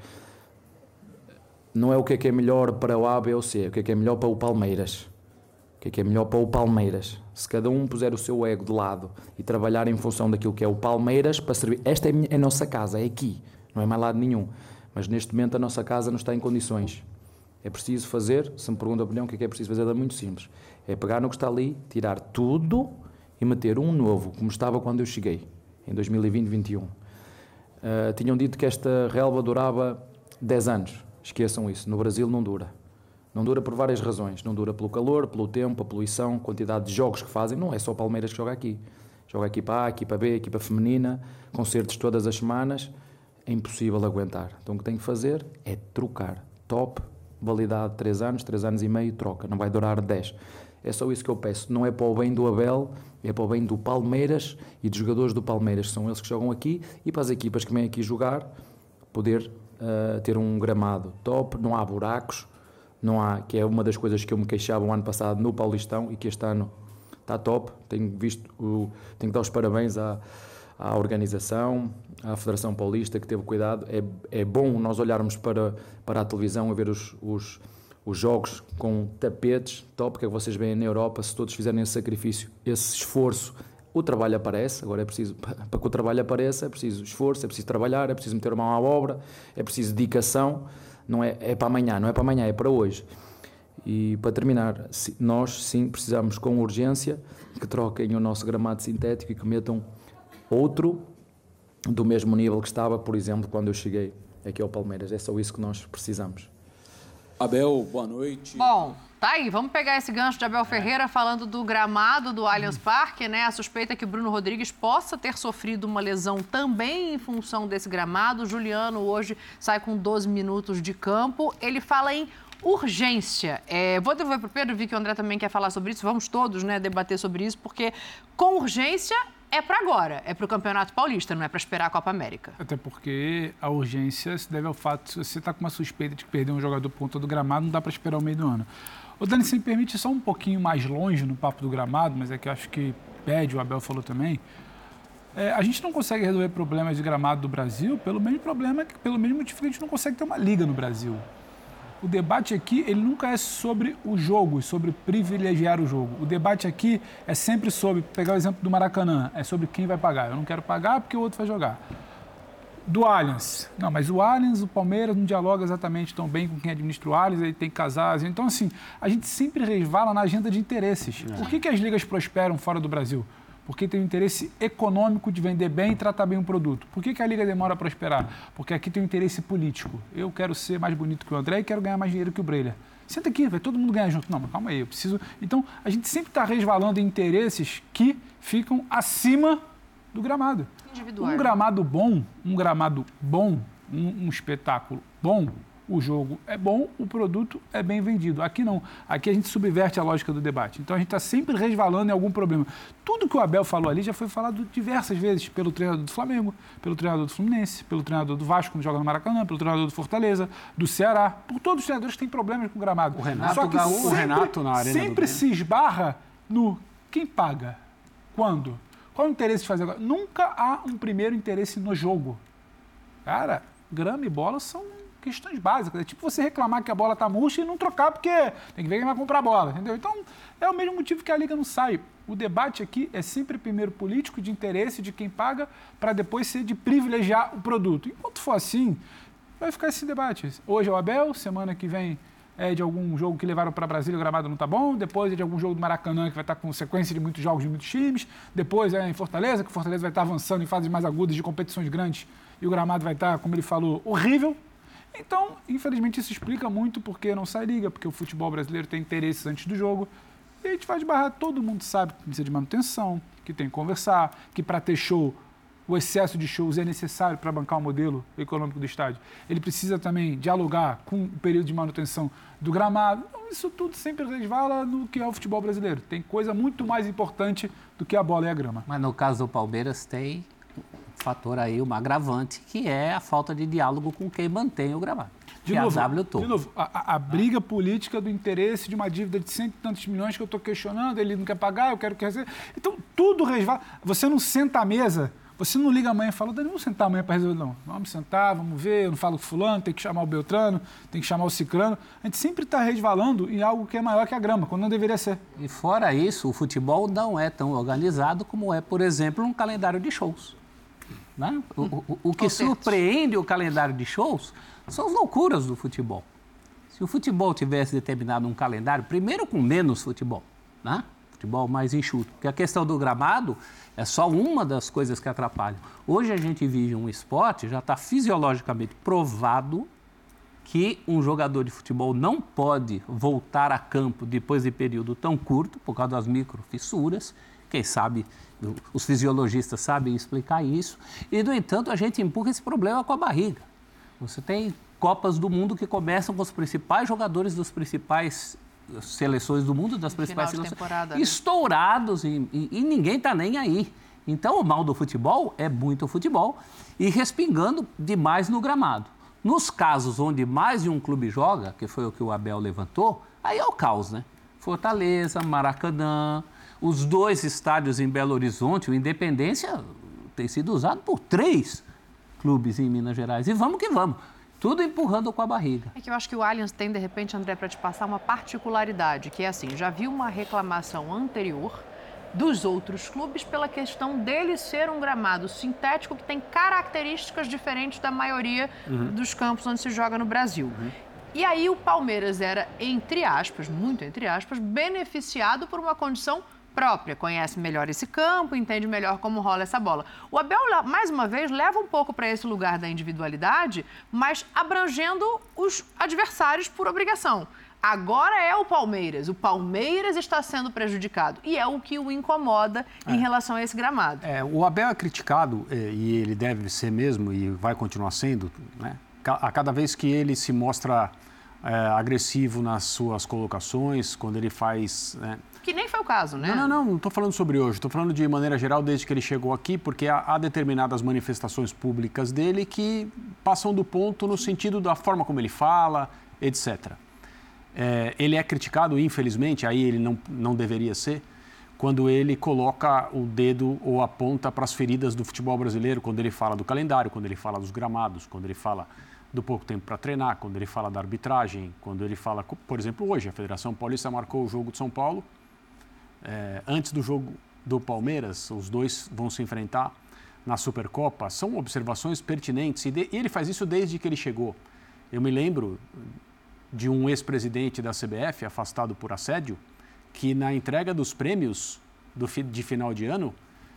não é o que é que é melhor para o A, B ou C, o que é que é melhor para o Palmeiras. O que é que é melhor para o Palmeiras. Se cada um puser o seu ego de lado e trabalhar em função daquilo que é o Palmeiras, para servir... Esta é a, minha, é a nossa casa, é aqui, não é mais lado nenhum. Mas neste momento a nossa casa não está em condições. É preciso fazer, se me pergunta a opinião, o que é que é preciso fazer, é muito simples. É pegar no que está ali, tirar tudo e meter um novo, como estava quando eu cheguei, em dois mil e vinte, vinte e um. Uh, tinham dito que esta relva durava dez anos. Esqueçam isso, no Brasil não dura. Não dura por várias razões. Não dura pelo calor, pelo tempo, a poluição, quantidade de jogos que fazem. Não é só o Palmeiras que joga aqui. Joga a equipa A, a equipa B, a equipa feminina, concertos todas as semanas. É impossível aguentar. Então o que tem que fazer é trocar. Top, validade três anos, três anos e meio, troca. Não vai durar dez. É só isso que eu peço. Não é para o bem do Abel, é para o bem do Palmeiras e dos jogadores do Palmeiras. São eles que jogam aqui e para as equipas que vêm aqui jogar, poder uh, ter um gramado top, não há buracos, não há, que é uma das coisas que eu me queixava o ano passado no Paulistão e que este ano está top. Tenho visto, o, tenho que dar os parabéns à, à organização, à Federação Paulista, que teve cuidado. É, é bom nós olharmos para, para a televisão e ver os, os, os jogos com tapetes top, que é que vocês veem na Europa. Se todos fizerem esse sacrifício, esse esforço, o trabalho aparece. Agora é preciso, para que o trabalho apareça, é preciso esforço, é preciso trabalhar, é preciso meter a mão à obra, é preciso dedicação. Não é, é para amanhã, não é para amanhã, é para hoje. E para terminar, nós sim precisamos com urgência que troquem o nosso gramado sintético e que metam outro do mesmo nível que estava, por exemplo, quando eu cheguei aqui ao Palmeiras. É só isso que nós precisamos. Abel, boa noite. Bom, tá aí, vamos pegar esse gancho de Abel Ferreira falando do gramado do Allianz Parque, né? A suspeita é que o Bruno Rodrigues possa ter sofrido uma lesão também em função desse gramado. O Juliano hoje sai com doze minutos de campo. Ele fala em urgência. É, vou devolver para o Pedro, vi que o André também quer falar sobre isso. Vamos todos, né, debater sobre isso, porque com urgência é para agora, é para o Campeonato Paulista, não é para esperar a Copa América. Até porque a urgência se deve ao fato, se você está com uma suspeita de que perdeu um jogador por conta do gramado, não dá para esperar o meio do ano. O Dani, se me permite, só um pouquinho mais longe no papo do gramado, mas é que eu acho que pede, o Abel falou também. É, a gente não consegue resolver problemas de gramado do Brasil pelo mesmo problema, pelo mesmo motivo que a gente não consegue ter uma liga no Brasil. O debate aqui, ele nunca é sobre o jogo, sobre privilegiar o jogo. O debate aqui é sempre sobre, pegar o exemplo do Maracanã, é sobre quem vai pagar. Eu não quero pagar porque o outro vai jogar. Do Allianz. Não, mas o Allianz, o Palmeiras não dialoga exatamente tão bem com quem administra o Allianz, ele tem que casar. Então, assim, a gente sempre resvala na agenda de interesses. Por que que as ligas prosperam fora do Brasil? Porque tem o interesse econômico de vender bem e tratar bem um produto. Por que que a liga demora a prosperar? Porque aqui tem o interesse político. Eu quero ser mais bonito que o André e quero ganhar mais dinheiro que o Breler. Senta aqui, vai todo mundo ganhar junto. Não, mas calma aí, eu preciso... Então, a gente sempre está resvalando em interesses que ficam acima do gramado. Individual. Um gramado bom, um gramado bom, um, um espetáculo bom, o jogo é bom, o produto é bem vendido. Aqui não. Aqui a gente subverte a lógica do debate. Então a gente está sempre resvalando em algum problema. Tudo que o Abel falou ali já foi falado diversas vezes pelo treinador do Flamengo, pelo treinador do Fluminense, pelo treinador do Vasco, quando joga no Maracanã, pelo treinador do Fortaleza, do Ceará, por todos os treinadores que têm problemas com o gramado. O Renato, Só que o sempre, Renato na arena sempre do se esbarra no quem paga, quando, qual o interesse de fazer agora. Nunca há um primeiro interesse no jogo. Cara, grama e bola são questões básicas. É tipo você reclamar que a bola está murcha e não trocar porque tem que ver quem vai comprar a bola, entendeu? Então, é o mesmo motivo que a Liga não sai. O debate aqui é sempre primeiro político, de interesse de quem paga, para depois ser de privilegiar o produto. Enquanto for assim, vai ficar esse debate. Hoje é o Abel, semana que vem é de algum jogo que levaram para Brasília, o gramado não está bom, depois é de algum jogo do Maracanã, que vai estar com sequência de muitos jogos de muitos times, depois é em Fortaleza, que o Fortaleza vai estar avançando em fases mais agudas de competições grandes e o gramado vai estar, como ele falou, horrível. Então, infelizmente, isso explica muito porque não sai liga, porque o futebol brasileiro tem interesses antes do jogo. E a gente vai esbarrar, todo mundo sabe que precisa de manutenção, que tem que conversar, que para ter show, o excesso de shows é necessário para bancar o modelo econômico do estádio. Ele precisa também dialogar com o período de manutenção do gramado. Então, isso tudo sempre resvala no que é o futebol brasileiro. Tem coisa muito mais importante do que a bola e a grama. Mas no caso do Palmeiras tem fator aí, um agravante, que é a falta de diálogo com quem mantém o gramado. De que novo, é a W T O. de novo a, a, a briga política do interesse de uma dívida de cento e tantos milhões que eu estou questionando, ele não quer pagar, eu quero que receber. Então, tudo resvala. Você não senta à mesa, você não liga amanhã e fala, Dani, vamos sentar amanhã para resolver. Não, vamos sentar, vamos ver, eu não falo com fulano, tem que chamar o Beltrano, tem que chamar o Cicrano. A gente sempre está resvalando em algo que é maior que a grama, quando não deveria ser. E fora isso, o futebol não é tão organizado como é, por exemplo, um calendário de shows. Né? O, o, o que surpreende o calendário de shows são as loucuras do futebol. Se o futebol tivesse determinado um calendário, primeiro com menos futebol, né? Futebol mais enxuto, porque a questão do gramado é só uma das coisas que atrapalham. Hoje a gente vive um esporte, já está fisiologicamente provado que um jogador de futebol não pode voltar a campo depois de período tão curto, por causa das microfissuras. Quem sabe, os fisiologistas sabem explicar isso. E, no entanto, a gente empurra esse problema com a barriga. Você tem Copas do Mundo que começam com os principais jogadores das principais seleções do mundo, das principais seleções, temporada, estourados, né? e, e, e ninguém está nem aí. Então, o mal do futebol é muito futebol e respingando demais no gramado. Nos casos onde mais de um clube joga, que foi o que o Abel levantou, aí é o caos, né? Fortaleza, Maracanã, os dois estádios em Belo Horizonte, o Independência tem sido usado por três clubes em Minas Gerais. E vamos que vamos. Tudo empurrando com a barriga. É que eu acho que o Allianz tem, de repente, André, para te passar uma particularidade, que é assim, já vi uma reclamação anterior dos outros clubes pela questão dele ser um gramado sintético que tem características diferentes da maioria uhum. dos campos onde se joga no Brasil. Uhum. E aí o Palmeiras era, entre aspas, muito entre aspas, beneficiado por uma condição própria, conhece melhor esse campo, entende melhor como rola essa bola. O Abel, mais uma vez, leva um pouco para esse lugar da individualidade, mas abrangendo os adversários por obrigação. Agora é o Palmeiras. O Palmeiras está sendo prejudicado. E é o que o incomoda é. em relação a esse gramado. É, o Abel é criticado, e ele deve ser mesmo, e vai continuar sendo, né? A cada vez que ele se mostra é, agressivo nas suas colocações, quando ele faz... Né? Que nem foi o caso, né? Não, não, não estou falando sobre hoje. Estou falando de maneira geral desde que ele chegou aqui, porque há, há determinadas manifestações públicas dele que passam do ponto no sentido da forma como ele fala, etcétera. É, ele é criticado, infelizmente, aí ele não, não deveria ser, quando ele coloca o dedo ou aponta para as feridas do futebol brasileiro, quando ele fala do calendário, quando ele fala dos gramados, quando ele fala do pouco tempo para treinar, quando ele fala da arbitragem, quando ele fala, por exemplo, hoje a Federação Paulista marcou o jogo de São Paulo, é, antes do jogo do Palmeiras, os dois vão se enfrentar na Supercopa, são observações pertinentes e, de, e ele faz isso desde que ele chegou. Eu me lembro de um ex-presidente da C B F, afastado por assédio, que na entrega dos prêmios do, de final de ano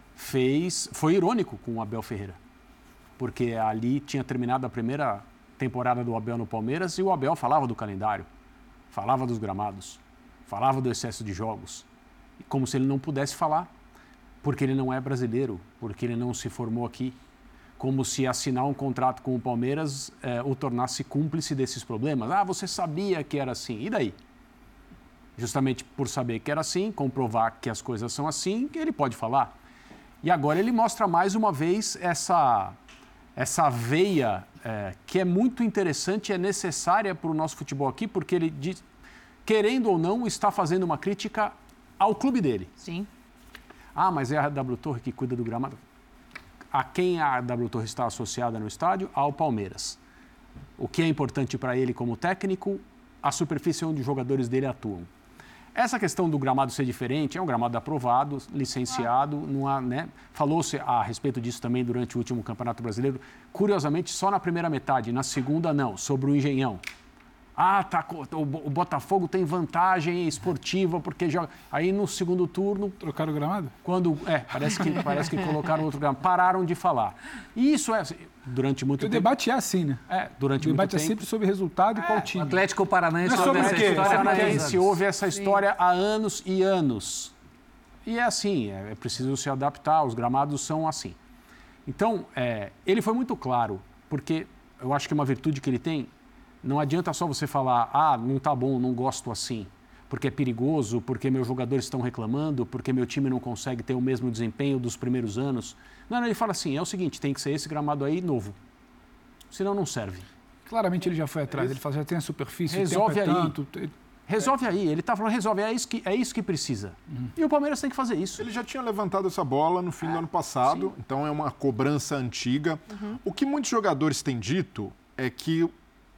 fez, foi irônico com o Abel Ferreira, porque ali tinha terminado a primeira temporada do Abel no Palmeiras e o Abel falava do calendário, falava dos gramados, falava do excesso de jogos, como se ele não pudesse falar, porque ele não é brasileiro, porque ele não se formou aqui, como se assinar um contrato com o Palmeiras é, o tornasse cúmplice desses problemas. Ah, você sabia que era assim, e daí? Justamente por saber que era assim, comprovar que as coisas são assim, ele pode falar. E agora ele mostra mais uma vez essa, essa veia é, que é muito interessante e é necessária para o nosso futebol aqui, porque ele, diz, querendo ou não, está fazendo uma crítica ao clube dele. Sim. Ah, mas é a W Torre que cuida do gramado. A quem a W Torre está associada no estádio? Ao Palmeiras. O que é importante para ele como técnico? A superfície onde os jogadores dele atuam. Essa questão do gramado ser diferente, é um gramado aprovado, licenciado, não há, né? Falou-se a respeito disso também durante o último Campeonato Brasileiro, curiosamente só na primeira metade, na segunda não, sobre o Engenhão. Ah, tá, o Botafogo tem vantagem esportiva porque joga. Aí no segundo turno. Trocaram o gramado? Quando. É, parece que, parece que colocaram outro gramado. Pararam de falar. E isso é. Durante muito tempo. O debate é assim, né? É, durante muito tempo. O debate tempo, é sempre sobre resultado e qual time. O Atlético Paranaense Não é sobre essa quê? história. Paranaense houve essa história há anos e anos. E é assim, é, é preciso se adaptar, os gramados são assim. Então, é, ele foi muito claro, porque eu acho que uma virtude que ele tem. Não adianta só você falar, ah, não tá bom, não gosto assim, porque é perigoso, porque meus jogadores estão reclamando, porque meu time não consegue ter o mesmo desempenho dos primeiros anos. Não, não, ele fala assim, é o seguinte, tem que ser esse gramado aí novo, senão não serve. Claramente ele já foi atrás, ele fala, já tem a superfície, resolve o tempo é aí. tanto. Resolve aí, ele está falando, resolve, é isso que, é isso que precisa. Uhum. E o Palmeiras tem que fazer isso. Ele já tinha levantado essa bola no fim é, do ano passado, sim. Então é uma cobrança antiga. Uhum. O que muitos jogadores têm dito é que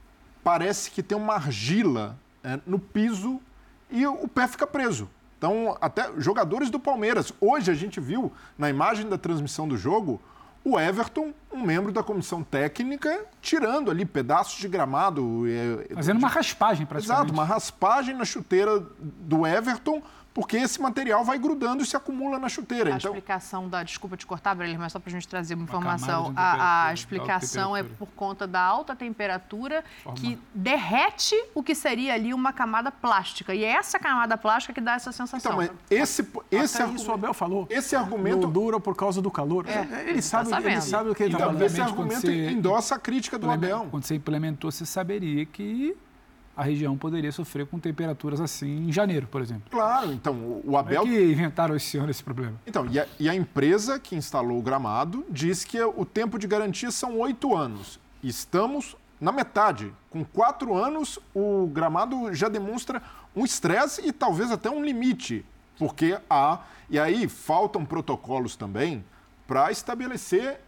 parece que tem uma argila é, no piso e o pé fica preso. Então, até jogadores do Palmeiras. Hoje a gente viu, na imagem da transmissão do jogo, o Everton, um membro da comissão técnica, tirando ali pedaços de gramado. É, Fazendo de... uma raspagem, praticamente. Exato, uma raspagem na chuteira do Everton, porque esse material vai grudando e se acumula na chuteira. A então... explicação da... Desculpa te cortar, Breler, mas só para a gente trazer uma, uma informação. A, a explicação é por conta da alta temperatura Forma. que derrete o que seria ali uma camada plástica. E é essa camada plástica que dá essa sensação. Então, mas esse, esse Até argumento... isso o Abel falou. Esse argumento... Não dura por causa do calor. É, ele, sabe, ele sabe o que ele está então, falando. Esse argumento você... endossa a crítica do Abel. Quando você implementou, você saberia que a região poderia sofrer com temperaturas assim em janeiro, por exemplo. Claro, então o Abel... Como é que inventaram esse ano esse problema? Então, e a, e a empresa que instalou o gramado diz que o tempo de garantia são oito anos. Estamos na metade. Com quatro anos, o gramado já demonstra um estresse e talvez até um limite, porque há... E aí faltam protocolos também para estabelecer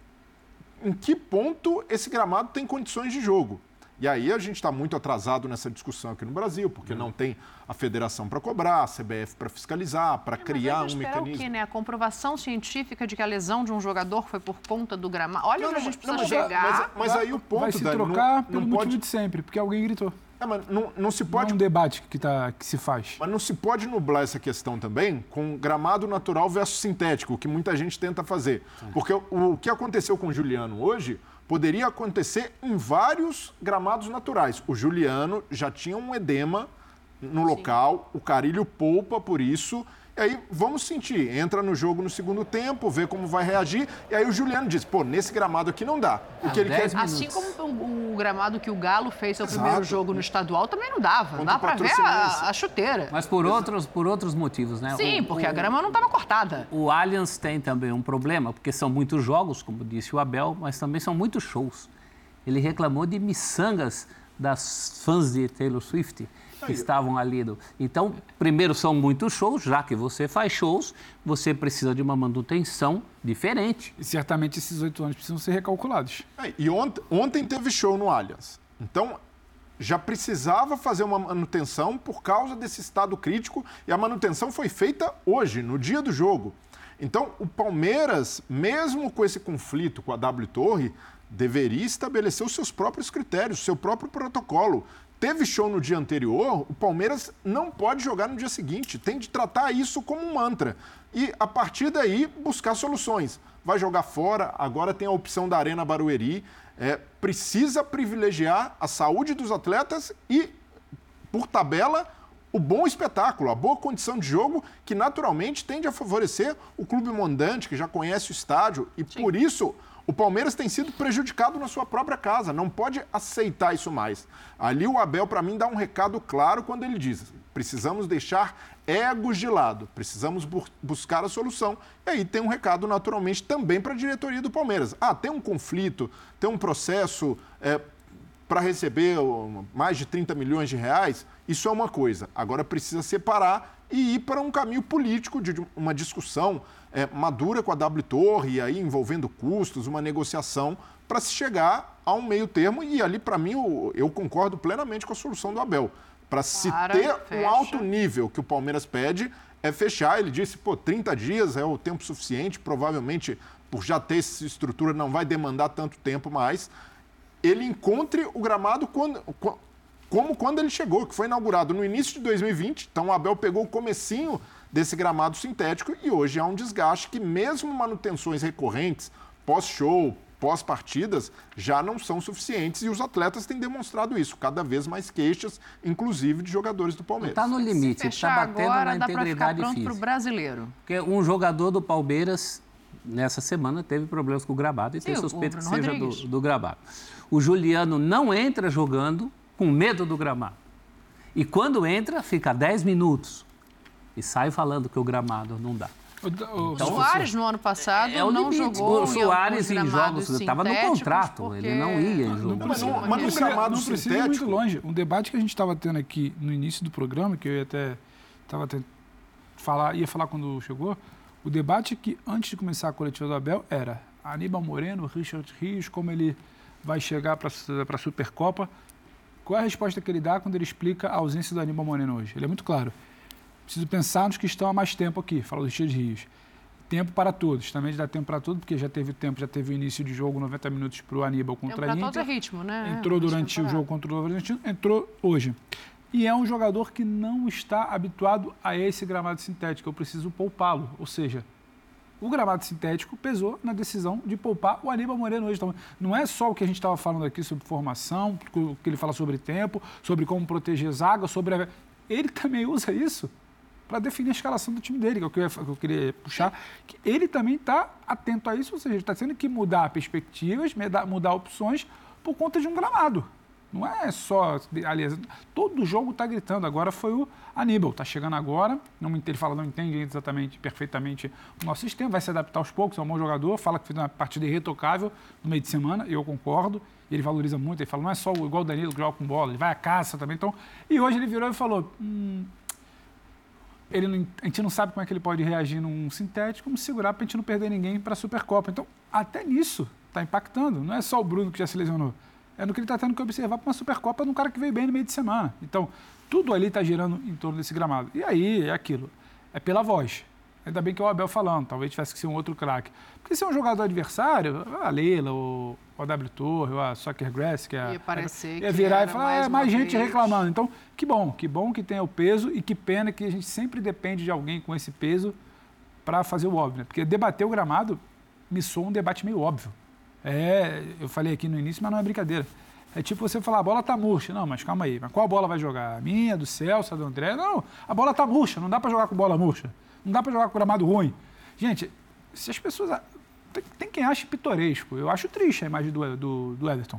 em que ponto esse gramado tem condições de jogo. E aí a gente está muito atrasado nessa discussão aqui no Brasil, porque não tem a federação para cobrar, a C B F para fiscalizar, para criar um mecanismo. O quê, né? A comprovação científica de que a lesão de um jogador foi por conta do gramado. Olha onde a gente precisa mas, chegar. Mas, mas aí o ponto, vai se Dani, trocar não, pelo não motivo pode... de sempre, porque alguém gritou. É, mas não, não se pode... Não é um debate que, tá, que se faz. Mas não se pode nublar essa questão também com gramado natural versus sintético, que muita gente tenta fazer. Porque o, o que aconteceu com o Juliano hoje poderia acontecer em vários gramados naturais. O Juliano já tinha um edema no local, o Carille poupa por isso. E aí, vamos sentir, entra no jogo no segundo tempo, vê como vai reagir, e aí o Juliano diz, pô, nesse gramado aqui não dá. O que ele quer... Assim como o, o gramado que o Galo fez seu Exato. primeiro jogo no estadual também não dava, não dá pra ver a, a chuteira. Mas por outros, por outros motivos, né? Sim, o, porque o, a grama não estava cortada. O Allianz tem também um problema, porque são muitos jogos, como disse o Abel, mas também são muitos shows. Ele reclamou de miçangas das fãs de Taylor Swift, que estavam ali. Do... Então, primeiro, são muitos shows, já que você faz shows, você precisa de uma manutenção diferente. E certamente esses oito anos precisam ser recalculados. É, e ontem, ontem teve show no Allianz. Então, já precisava fazer uma manutenção por causa desse estado crítico, e a manutenção foi feita hoje, no dia do jogo. Então, o Palmeiras, mesmo com esse conflito com a W Torre, deveria estabelecer os seus próprios critérios, o seu próprio protocolo. Teve show no dia anterior, o Palmeiras não pode jogar no dia seguinte. Tem de tratar isso como um mantra. E, a partir daí, buscar soluções. Vai jogar fora, agora tem a opção da Arena Barueri. É, precisa privilegiar a saúde dos atletas e, por tabela, o bom espetáculo, a boa condição de jogo, que naturalmente tende a favorecer o clube mandante, que já conhece o estádio. E, Sim. por isso... O Palmeiras tem sido prejudicado na sua própria casa, não pode aceitar isso mais. Ali o Abel, para mim, dá um recado claro quando ele diz, precisamos deixar egos de lado, precisamos bu- buscar a solução. E aí tem um recado, naturalmente, também para a diretoria do Palmeiras. Ah, tem um conflito, tem um processo é, para receber mais de trinta milhões de reais, isso é uma coisa. Agora precisa separar e ir para um caminho político de uma discussão É, madura com a W Torre, e aí envolvendo custos, uma negociação para se chegar a um meio termo. E ali, para mim, eu, eu concordo plenamente com a solução do Abel. Para se ter fecha. um alto nível que o Palmeiras pede, é fechar. Ele disse, pô, trinta dias é o tempo suficiente, provavelmente, por já ter essa estrutura, não vai demandar tanto tempo mais. Ele encontre o gramado quando... como quando ele chegou, que foi inaugurado no início de dois mil e vinte. Então, o Abel pegou o comecinho desse gramado sintético e hoje há um desgaste que mesmo manutenções recorrentes, pós-show, pós-partidas, já não são suficientes e os atletas têm demonstrado isso. Cada vez mais queixas, inclusive de jogadores do Palmeiras. Está no limite, está batendo agora, na dá integridade pronto física. Pro brasileiro. Porque um jogador do Palmeiras, nessa semana, teve problemas com o gramado e Sim, tem suspeita que seja do, Rodrigues. do gramado. O Juliano não entra jogando com medo do gramado. E quando entra, fica dez minutos. E sai falando que o gramado não dá. O, o então, Soares, no ano passado, é, é o não limite. jogou O Soares em, em jogos, estava no contrato, ele não ia em jogo. Não precisa, não, mas não precisa, não precisa ir muito longe. Um debate que a gente estava tendo aqui no início do programa, que eu ia até tava falar, ia falar quando chegou, o debate que, antes de começar a coletiva do Abel, era Aníbal Moreno, Richard Rios, como ele vai chegar para a Supercopa. Qual é a resposta que ele dá quando ele explica a ausência do Aníbal Moreno hoje? Ele é muito claro. Preciso pensar nos que estão há mais tempo aqui, fala do Richard Rios. Tempo para todos, também dá tempo para todos, porque já teve tempo, já teve o início de jogo, noventa minutos para o Aníbal contra a Inter. Tempo para todo é ritmo, né? Entrou durante o jogo contra o Bragantino, entrou hoje. E é um jogador que não está habituado a esse gramado sintético, eu preciso poupá-lo. Ou seja, o gramado sintético pesou na decisão de poupar o Aníbal Moreno hoje. Então, não é só o que a gente estava falando aqui sobre formação, o que ele fala sobre tempo, sobre como proteger zaga, sobre a... Ele também usa isso para definir a escalação do time dele, que é o que eu, que eu queria puxar, que ele também está atento a isso, ou seja, ele está tendo que mudar perspectivas, mudar opções por conta de um gramado. Não é só... Aliás, todo jogo está gritando. Agora foi o Aníbal, está chegando agora. Não, ele fala, não entende exatamente, perfeitamente o nosso sistema, vai se adaptar aos poucos, é um bom jogador, fala que fez uma partida irretocável no meio de semana, eu concordo. Ele valoriza muito, ele fala, não é só igual o Danilo que joga com bola, ele vai à caça também. Então, e hoje ele virou e falou... Hum, ele não, a gente não sabe como é que ele pode reagir num sintético, como segurar para a gente não perder ninguém para a Supercopa. Então, até nisso está impactando. Não é só o Bruno que já se lesionou. É no que ele está tendo que observar para uma Supercopa de um cara que veio bem no meio de semana. Então, tudo ali está girando em torno desse gramado. E aí, é aquilo. É pela voz. Ainda bem que é o Abel falando. Talvez tivesse que ser um outro craque. Porque se é um jogador adversário, a Leila, o, o W Torre, ou a Soccer Grass, que é... Ia parecer ia virar que e falar, mais é mais gente vez. reclamando. Então, que bom. Que bom que tenha o peso e que pena que a gente sempre depende de alguém com esse peso para fazer o óbvio. Né? Porque debater o gramado me soa um debate meio óbvio. É, eu falei aqui no início, mas não é brincadeira. É tipo você falar, a bola tá murcha. Não, mas calma aí. Mas qual bola vai jogar? A minha, do Celso, a do André? Não, a bola tá murcha. Não dá para jogar com bola murcha. Não dá para jogar com gramado ruim. Gente, se as pessoas... Tem, tem quem ache pitoresco. Eu acho triste a imagem do, do, do Everton.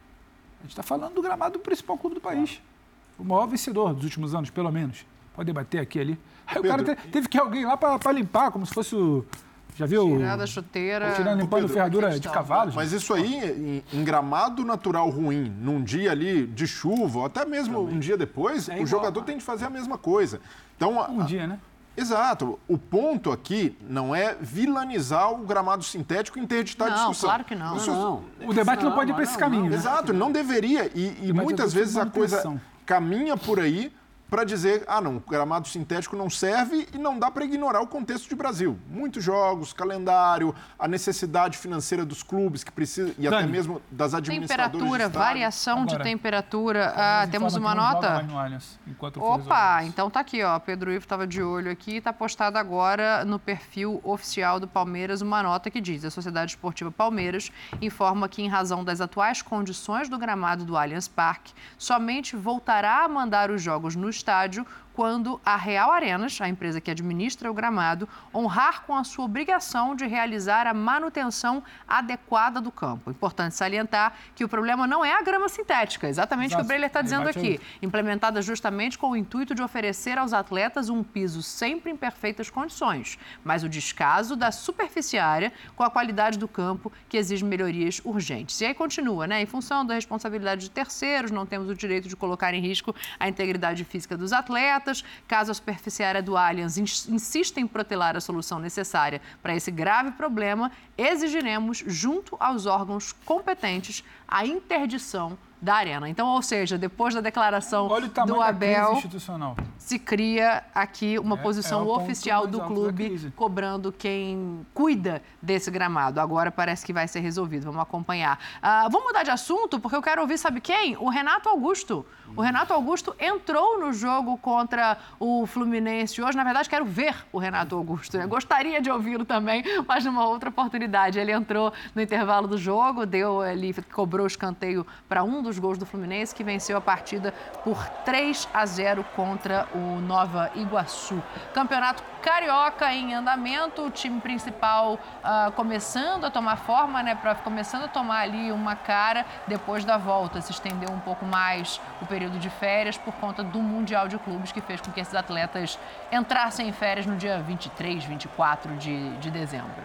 A gente está falando do gramado do principal clube do país. O maior vencedor dos últimos anos, pelo menos. Pode debater aqui ali. Aí Pedro, o cara te, teve que ir alguém lá para limpar, como se fosse o... Já viu? Tirar da chuteira. Tirando, limpando Pedro, ferradura de cavalo. Mas isso aí, em, em gramado natural ruim, num dia ali de chuva, ou até mesmo Também. um dia depois, é igual, o jogador mano. tem de fazer a mesma coisa. Então, um a, dia, né? Exato. O ponto aqui não é vilanizar o gramado sintético e interditar não, a discussão. Claro que não. não, não. O debate não, não pode ir para esse caminho. Não, né? Exato, não deveria. E, e muitas vezes a coisa caminha por aí para dizer, ah, não, o gramado sintético não serve e não dá para ignorar o contexto de Brasil. Muitos jogos, calendário, a necessidade financeira dos clubes que precisa e Dani, até mesmo das administradoras temperatura, variação Agora, de temperatura. Ah, temos uma nota? Allianz, Opa, então tá aqui, ó. Pedro Ivo estava de olho aqui, está postado agora no perfil oficial do Palmeiras uma nota que diz: a Sociedade Esportiva Palmeiras informa que, em razão das atuais condições do gramado do Allianz Parque, somente voltará a mandar os jogos no estádio quando a Real Arenas, a empresa que administra o gramado, honrar com a sua obrigação de realizar a manutenção adequada do campo. Importante salientar que o problema não é a grama sintética, exatamente o que o Breler está dizendo aqui, implementada justamente com o intuito de oferecer aos atletas um piso sempre em perfeitas condições, mas o descaso da superficiária com a qualidade do campo que exige melhorias urgentes. E aí continua, né? Em função da responsabilidade de terceiros, não temos o direito de colocar em risco a integridade física dos atletas. Caso a superficiária do Allianz insista em protelar a solução necessária para esse grave problema, exigiremos, junto aos órgãos competentes, a interdição da arena. Então, ou seja, depois da declaração Olha o tamanho do Abel, da crise institucional. se cria aqui uma é, posição é oficial do clube cobrando quem cuida desse gramado. Agora parece que vai ser resolvido. Vamos acompanhar. Uh, vamos mudar de assunto, porque eu quero ouvir, sabe quem? O Renato Augusto. O Renato Augusto entrou no jogo contra o Fluminense hoje. Na verdade, quero ver o Renato Augusto. Eu gostaria de ouvi-lo também, mas numa outra oportunidade. Ele entrou no intervalo do jogo, deu ali, cobrou o escanteio para um dos gols do Fluminense, que venceu a partida por três a zero contra o Nova Iguaçu. Campeonato Carioca em andamento, o time principal uh, começando a tomar forma, né, pra, começando a tomar ali uma cara depois da volta. Se estendeu um pouco mais o período de férias por conta do Mundial de Clubes, que fez com que esses atletas entrassem em férias no dia vinte e três, vinte e quatro de, de dezembro.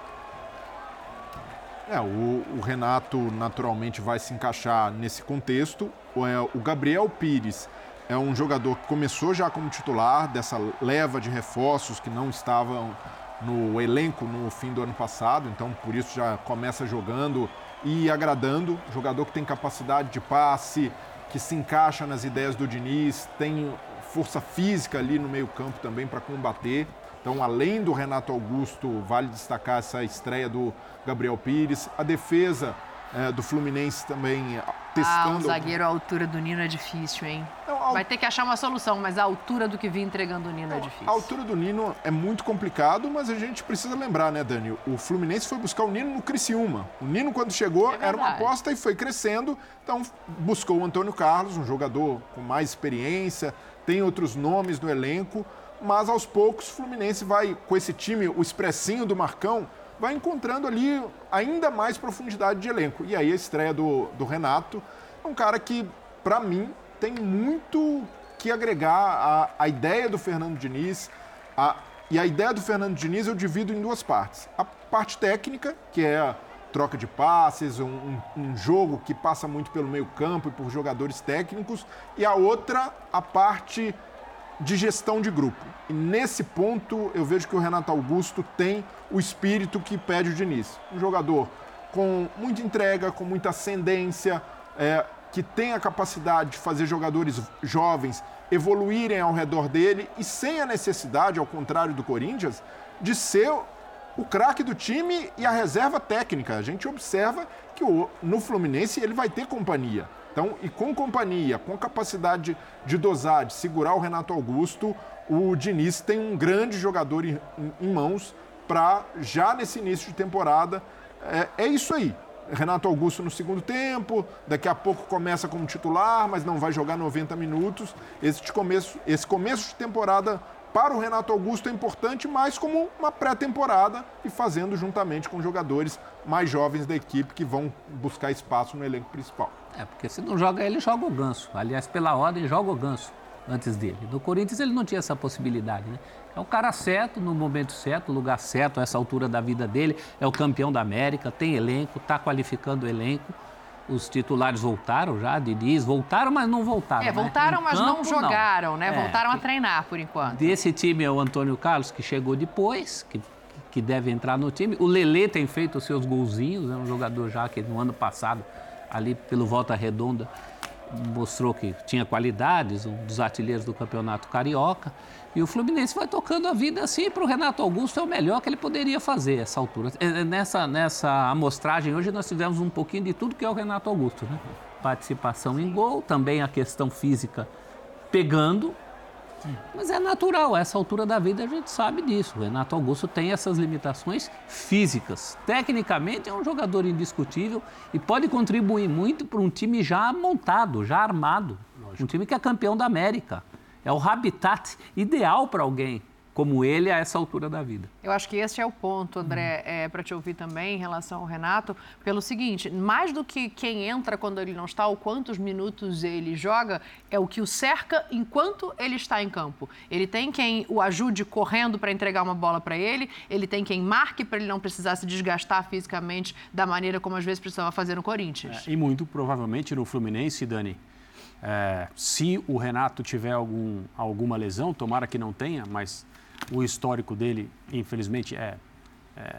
É, o, o Renato naturalmente vai se encaixar nesse contexto. O, é, o Gabriel Pires é um jogador que começou já como titular dessa leva de reforços que não estavam no elenco no fim do ano passado, então por isso já começa jogando e agradando. Jogador que tem capacidade de passe, que se encaixa nas ideias do Diniz, tem força física ali no meio-campo também para combater. Então, além do Renato Augusto, vale destacar essa estreia do Gabriel Pires. A defesa é, do Fluminense também testando... Ah, o zagueiro à altura do Nino é difícil, hein? Não, a... Vai ter que achar uma solução, mas a altura do que vinha entregando o Nino Não, é difícil. A altura do Nino é muito complicado, mas a gente precisa lembrar, né, Dani? O Fluminense foi buscar o Nino no Criciúma. O Nino, quando chegou, é era uma aposta e foi crescendo. Então, buscou o Antônio Carlos, um jogador com mais experiência, tem outros nomes no elenco. Mas, aos poucos, o Fluminense vai, com esse time, o expressinho do Marcão, vai encontrando ali ainda mais profundidade de elenco. E aí a estreia do, do Renato, um cara que para mim, tem muito que agregar a, a ideia do Fernando Diniz. A, e a ideia do Fernando Diniz eu divido em duas partes. A parte técnica, que é a troca de passes, um, um, um jogo que passa muito pelo meio campo e por jogadores técnicos. E a outra, a parte de gestão de grupo. E nesse ponto, eu vejo que o Renato Augusto tem o espírito que pede o Diniz. Um jogador com muita entrega, com muita ascendência, é, que tem a capacidade de fazer jogadores jovens evoluírem ao redor dele e sem a necessidade, ao contrário do Corinthians, de ser o craque do time e a reserva técnica. A gente observa que o, no Fluminense ele vai ter companhia. Então, e com companhia, com capacidade de dosar, de segurar o Renato Augusto, o Diniz tem um grande jogador em, em mãos para, já nesse início de temporada, é, é isso aí. Renato Augusto no segundo tempo, daqui a pouco começa como titular, mas não vai jogar noventa minutos. Esse começo, esse começo de temporada para o Renato Augusto é importante, mas como uma pré-temporada e fazendo juntamente com jogadores mais jovens da equipe que vão buscar espaço no elenco principal. É, porque se não joga ele, joga o Ganso. Aliás, pela ordem, joga o Ganso antes dele. No Corinthians ele não tinha essa possibilidade, né? É o cara certo, no momento certo, no lugar certo, a essa altura da vida dele. É o campeão da América, tem elenco, está qualificando o elenco. Os titulares voltaram já, Diniz, voltaram, mas não voltaram. É, voltaram, né? mas campo, não jogaram, não. né? É, voltaram a treinar, por enquanto. Desse time é o Antônio Carlos, que chegou depois, que, que deve entrar no time. O Lelê tem feito os seus golzinhos, é um jogador já que no ano passado, ali pelo Volta Redonda, mostrou que tinha qualidades, um dos artilheiros do Campeonato Carioca. E o Fluminense vai tocando a vida assim, para o Renato Augusto é o melhor que ele poderia fazer essa altura. Nessa, nessa amostragem hoje nós tivemos um pouquinho de tudo que é o Renato Augusto, né? Participação em gol, também a questão física pegando, sim. Mas é natural, a essa altura da vida a gente sabe disso. O Renato Augusto tem essas limitações físicas. Tecnicamente é um jogador indiscutível e pode contribuir muito para um time já montado, já armado. Lógico. Um time que é campeão da América. É o habitat ideal para alguém como ele a essa altura da vida. Eu acho que esse é o ponto, André, uhum. é, para te ouvir também em relação ao Renato, pelo seguinte, mais do que quem entra quando ele não está ou quantos minutos ele joga, é o que o cerca enquanto ele está em campo. Ele tem quem o ajude correndo para entregar uma bola para ele, ele tem quem marque para ele não precisar se desgastar fisicamente da maneira como às vezes precisava fazer no Corinthians. É, e muito provavelmente no Fluminense, Dani, É, se o Renato tiver algum, alguma lesão, tomara que não tenha, mas o histórico dele, infelizmente, é, é,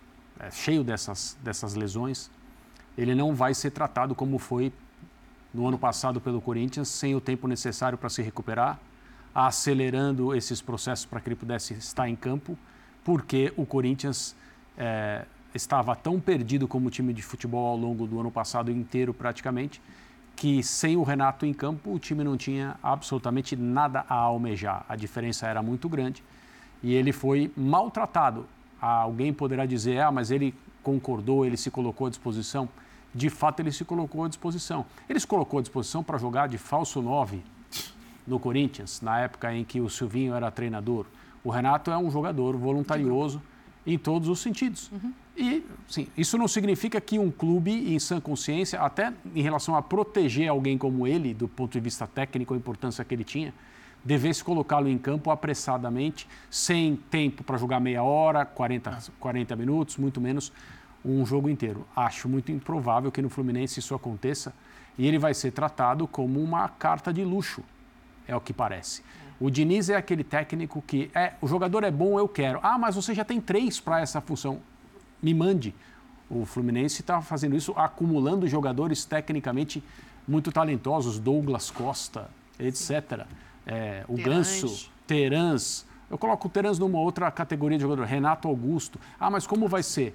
é cheio dessas, dessas lesões, ele não vai ser tratado como foi no ano passado pelo Corinthians, sem o tempo necessário para se recuperar, acelerando esses processos para que ele pudesse estar em campo, porque o Corinthians é, estava tão perdido como time de futebol ao longo do ano passado inteiro, praticamente, que sem o Renato em campo, o time não tinha absolutamente nada a almejar. A diferença era muito grande e ele foi maltratado. Alguém poderá dizer, ah, mas ele concordou, ele se colocou à disposição. De fato, ele se colocou à disposição. Ele se colocou à disposição para jogar de falso nove no Corinthians, na época em que o Silvinho era treinador. O Renato é um jogador voluntarioso em todos os sentidos. Uhum. E, sim, isso não significa que um clube, em sã consciência, até em relação a proteger alguém como ele, do ponto de vista técnico, a importância que ele tinha, devesse colocá-lo em campo apressadamente, sem tempo para jogar meia hora, quarenta, quarenta minutos, muito menos um jogo inteiro. Acho muito improvável que no Fluminense isso aconteça e ele vai ser tratado como uma carta de luxo, é o que parece. O Diniz é aquele técnico que, é, o jogador é bom, eu quero. Ah, mas você já tem três para essa função. Me mande. O Fluminense está fazendo isso, acumulando jogadores tecnicamente muito talentosos, Douglas Costa, etcétera. É, o Ganso, Terans. Eu coloco o Terans numa outra categoria de jogador, Renato Augusto. Ah, mas como vai ser?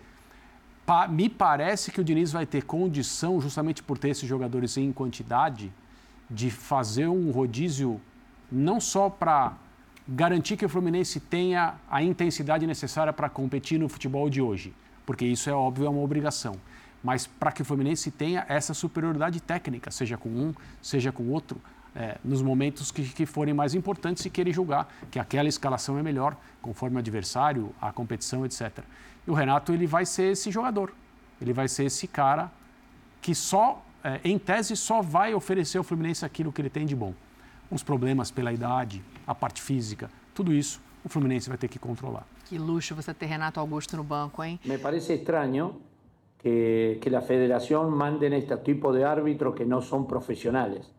Pa- me parece que o Diniz vai ter condição, justamente por ter esses jogadores em quantidade, de fazer um rodízio não só para garantir que o Fluminense tenha a intensidade necessária para competir no futebol de hoje, porque isso é óbvio, é uma obrigação, mas para que o Fluminense tenha essa superioridade técnica, seja com um, seja com outro, é, nos momentos que, que forem mais importantes e querer julgar que aquela escalação é melhor, conforme o adversário, a competição, etcétera. E o Renato, ele vai ser esse jogador, ele vai ser esse cara que só é, em tese, só vai oferecer ao Fluminense aquilo que ele tem de bom. Os problemas pela idade, a parte física, tudo isso o Fluminense vai ter que controlar. Que luxo você ter Renato Augusto no banco, hein? Me parece extraño que, que la federación manden este tipo de árbitros que no son profesionales.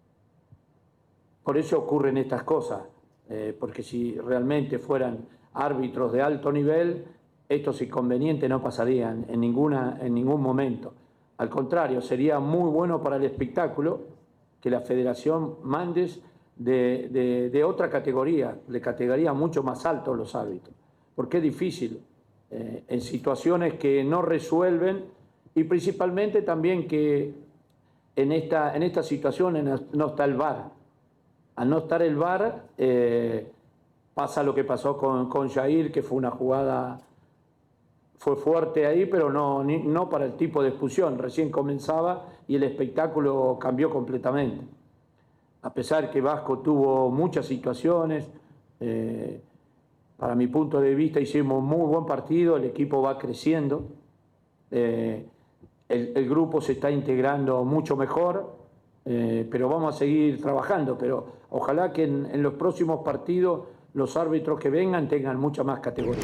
Por eso ocurren estas cosas, eh, porque si realmente fueran árbitros de alto nivel, estos inconvenientes no pasarían en, ninguna, en ningún momento. Al contrario, sería muy bueno para el espectáculo que la federación mande de, de, de otra categoría, de categoría mucho más alto los árbitros, porque es difícil eh, en situaciones que no resuelven y principalmente también que en esta, en esta situación no está el V A R. Al no estar el V A R, eh, pasa lo que pasó con, con Jair, que fue una jugada, fue fuerte ahí, pero no, ni, no para el tipo de expulsión. Recién comenzaba y el espectáculo cambió completamente. A pesar que Vasco tuvo muchas situaciones, eh, para mi punto de vista hicimos muy buen partido, el equipo va creciendo, eh, el, el grupo se está integrando mucho mejor, eh, pero vamos a seguir trabajando, pero ojalá que en, en los próximos partidos los árbitros que vengan tengan mucha más categoría.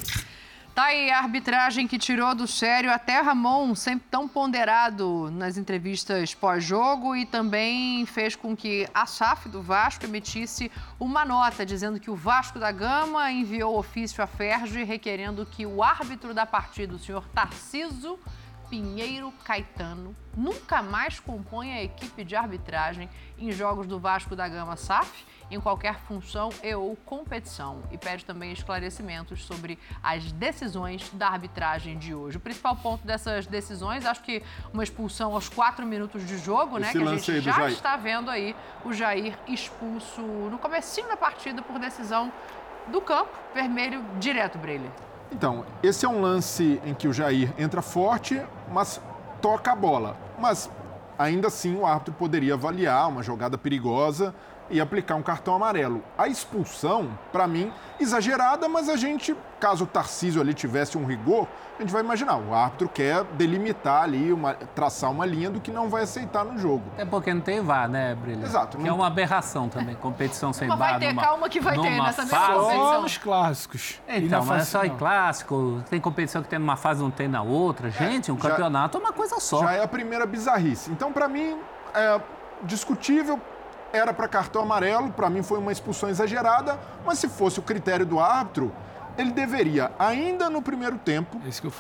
Tá aí a arbitragem que tirou do sério até Ramon, sempre tão ponderado nas entrevistas pós-jogo, e também fez com que a S A F do Vasco emitisse uma nota dizendo que o Vasco da Gama enviou ofício à F E R J requerendo que o árbitro da partida, o senhor Tarciso Pinheiro Caetano, nunca mais componha a equipe de arbitragem em jogos do Vasco da Gama S A F, em qualquer função e ou competição, e pede também esclarecimentos sobre as decisões da arbitragem de hoje. O principal ponto dessas decisões, acho que uma expulsão aos quatro minutos de jogo, né, que a gente já está vendo aí o Jair expulso no comecinho da partida por decisão do campo, vermelho direto, Breler. Então, esse é um lance em que o Jair entra forte, mas toca a bola. Mas, ainda assim, o árbitro poderia avaliar uma jogada perigosa e aplicar um cartão amarelo. A expulsão, para mim, exagerada, mas a gente, caso o Tarcísio ali tivesse um rigor, a gente vai imaginar, o árbitro quer delimitar ali, uma, traçar uma linha do que não vai aceitar no jogo. É porque não tem V A R, né, Brilha? Exato. Que não... é uma aberração também, competição sem V A R. Mas vai ter, numa, calma que vai ter nessa mesma competição. Só nos clássicos. Então, mas é só em clássico, tem competição que tem numa fase e não tem na outra. Gente, um já, campeonato é uma coisa só. Já é a primeira bizarrice. Então, para mim, é discutível. Era para cartão amarelo, para mim foi uma expulsão exagerada, mas se fosse o critério do árbitro, ele deveria, ainda no primeiro tempo,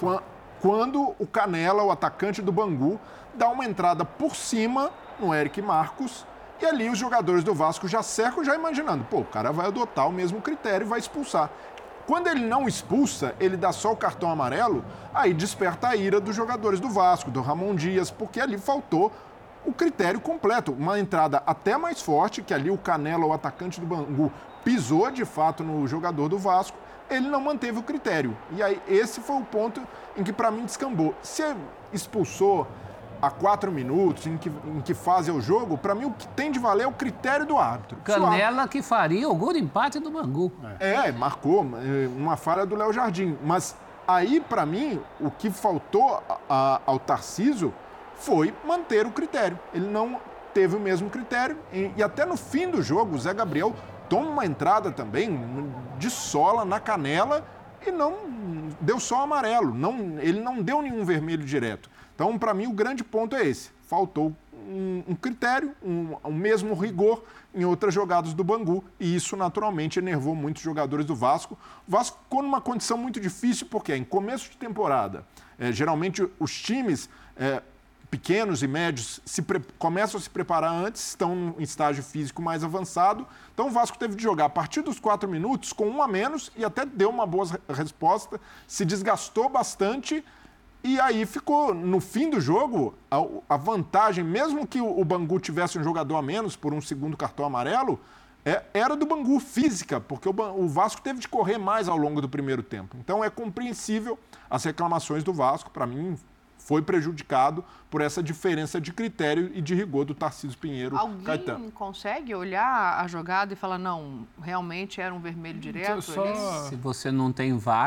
quando o Canela, o atacante do Bangu, dá uma entrada por cima no Eric Marcos, e ali os jogadores do Vasco já cercam, já imaginando, pô, o cara vai adotar o mesmo critério e vai expulsar. Quando ele não expulsa, ele dá só o cartão amarelo, aí desperta a ira dos jogadores do Vasco, do Ramon Dias, porque ali faltou o critério completo, uma entrada até mais forte, que ali o Canela, o atacante do Bangu, pisou de fato no jogador do Vasco, ele não manteve o critério. E aí esse foi o ponto em que para mim descambou. Se expulsou a quatro minutos, em que, em que fase é o jogo, para mim o que tem de valer é o critério do árbitro. Canela árbitro... que faria o gol de empate do Bangu. É, marcou uma falha do Léo Jardim. Mas aí, para mim, o que faltou a, a, ao Tarcísio foi manter o critério. Ele não teve o mesmo critério e, e até no fim do jogo o Zé Gabriel toma uma entrada também de sola na canela e não deu só amarelo. Não, ele não deu nenhum vermelho direto. Então, para mim, o grande ponto é esse. Faltou um, um critério, um, um mesmo rigor em outras jogadas do Bangu e isso, naturalmente, enervou muitos jogadores do Vasco. O Vasco ficou numa condição muito difícil porque, em começo de temporada, é, geralmente os times... É, pequenos e médios se pre... começam a se preparar antes, estão em estágio físico mais avançado. Então o Vasco teve de jogar a partir dos quatro minutos com um a menos e até deu uma boa resposta, se desgastou bastante e aí ficou, no fim do jogo, a, a vantagem, mesmo que o, o Bangu tivesse um jogador a menos por um segundo cartão amarelo, é, era do Bangu física, porque o, o Vasco teve de correr mais ao longo do primeiro tempo. Então é compreensível as reclamações do Vasco, para mim... foi prejudicado por essa diferença de critério e de rigor do Tarcísio Pinheiro Caetano. Alguém consegue olhar a jogada e falar, não, realmente era um vermelho direto? Só... Se você não tem V A R,